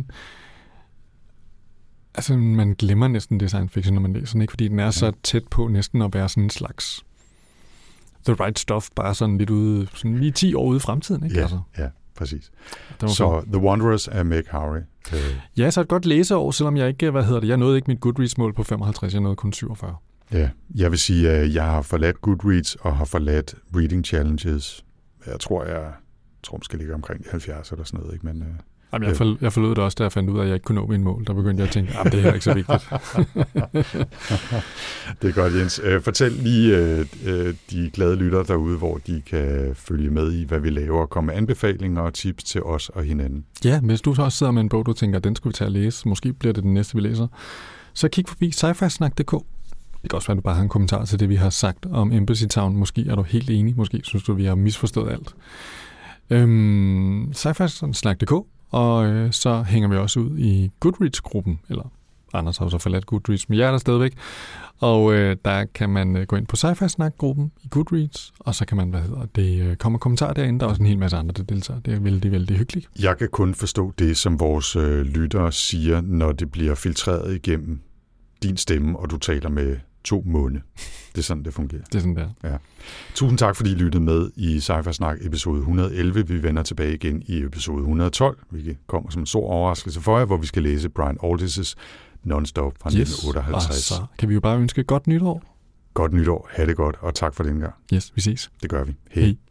Altså, man glemmer næsten det science fiction, når man læser den, ikke? Fordi den er ja. så tæt på næsten at være sådan en slags The Right Stuff, bare sådan lidt ude, sådan lige ti år ude i fremtiden, ikke? Ja, altså. ja. præcis. Så fint. The Wanderers af Meg Howrey. Øh. Ja, så et godt læseår, selvom jeg ikke, hvad hedder det, jeg nåede ikke mit Goodreads-mål på femoghalvtreds, jeg nåede kun syvogfyrre. Ja, jeg vil sige, at jeg har forladt Goodreads og har forladt Reading Challenges. Jeg tror, jeg tror, måske ligger omkring halvfjerds eller sådan noget, ikke? Men, øh, Jamen, jeg, for, jeg forlod det også, da jeg fandt ud af, at jeg ikke kunne nå min mål. Der begyndte jeg at tænke, at det her er ikke så vigtigt. Det er godt, Jens. Øh, fortæl lige øh, de glade lyttere derude, hvor de kan følge med i, hvad vi laver, og komme med anbefalinger og tips til os og hinanden. Ja, hvis du så også sidder med en bog, du tænker, den skulle vi tage at læse, måske bliver det den næste, vi læser, så kig forbi sci-fi snak punktum d k. Det kan også være, at du bare har en kommentar til det, vi har sagt om Embassy Town. Måske er du helt enig, måske synes du, vi har misforstået alt. Øhm, sci-fi snak punktum d k. Og øh, så hænger vi også ud i Goodreads-gruppen, eller Anders har så forladt Goodreads, men jeg er der stadigvæk. Og øh, der kan man øh, gå ind på Sci-Fi Snak-gruppen i Goodreads, og så kan man, hvad hedder det, øh, komme og kommentarer derinde. Der er også en hel masse andre, der deltager. Det er vældig, vældig hyggeligt. Jeg kan kun forstå det, som vores øh, lyttere siger, når det bliver filtreret igennem din stemme, og du taler med to munde. Det er sådan, det fungerer. Det er sådan, der. Ja. Tusind tak, fordi I lyttede med i Sci-Fi Snak episode et hundrede og elleve. Vi vender tilbage igen i episode et hundrede og tolv, hvilket kommer som en stor overraskelse for jer, hvor vi skal læse Brian Aldiss' Non-Stop fra yes. nitten otteoghalvtreds. Og så kan vi jo bare ønske godt nytår. Godt nytår. Ha' det godt, og tak for den gang. Yes, vi ses. Det gør vi. Hej. Hej.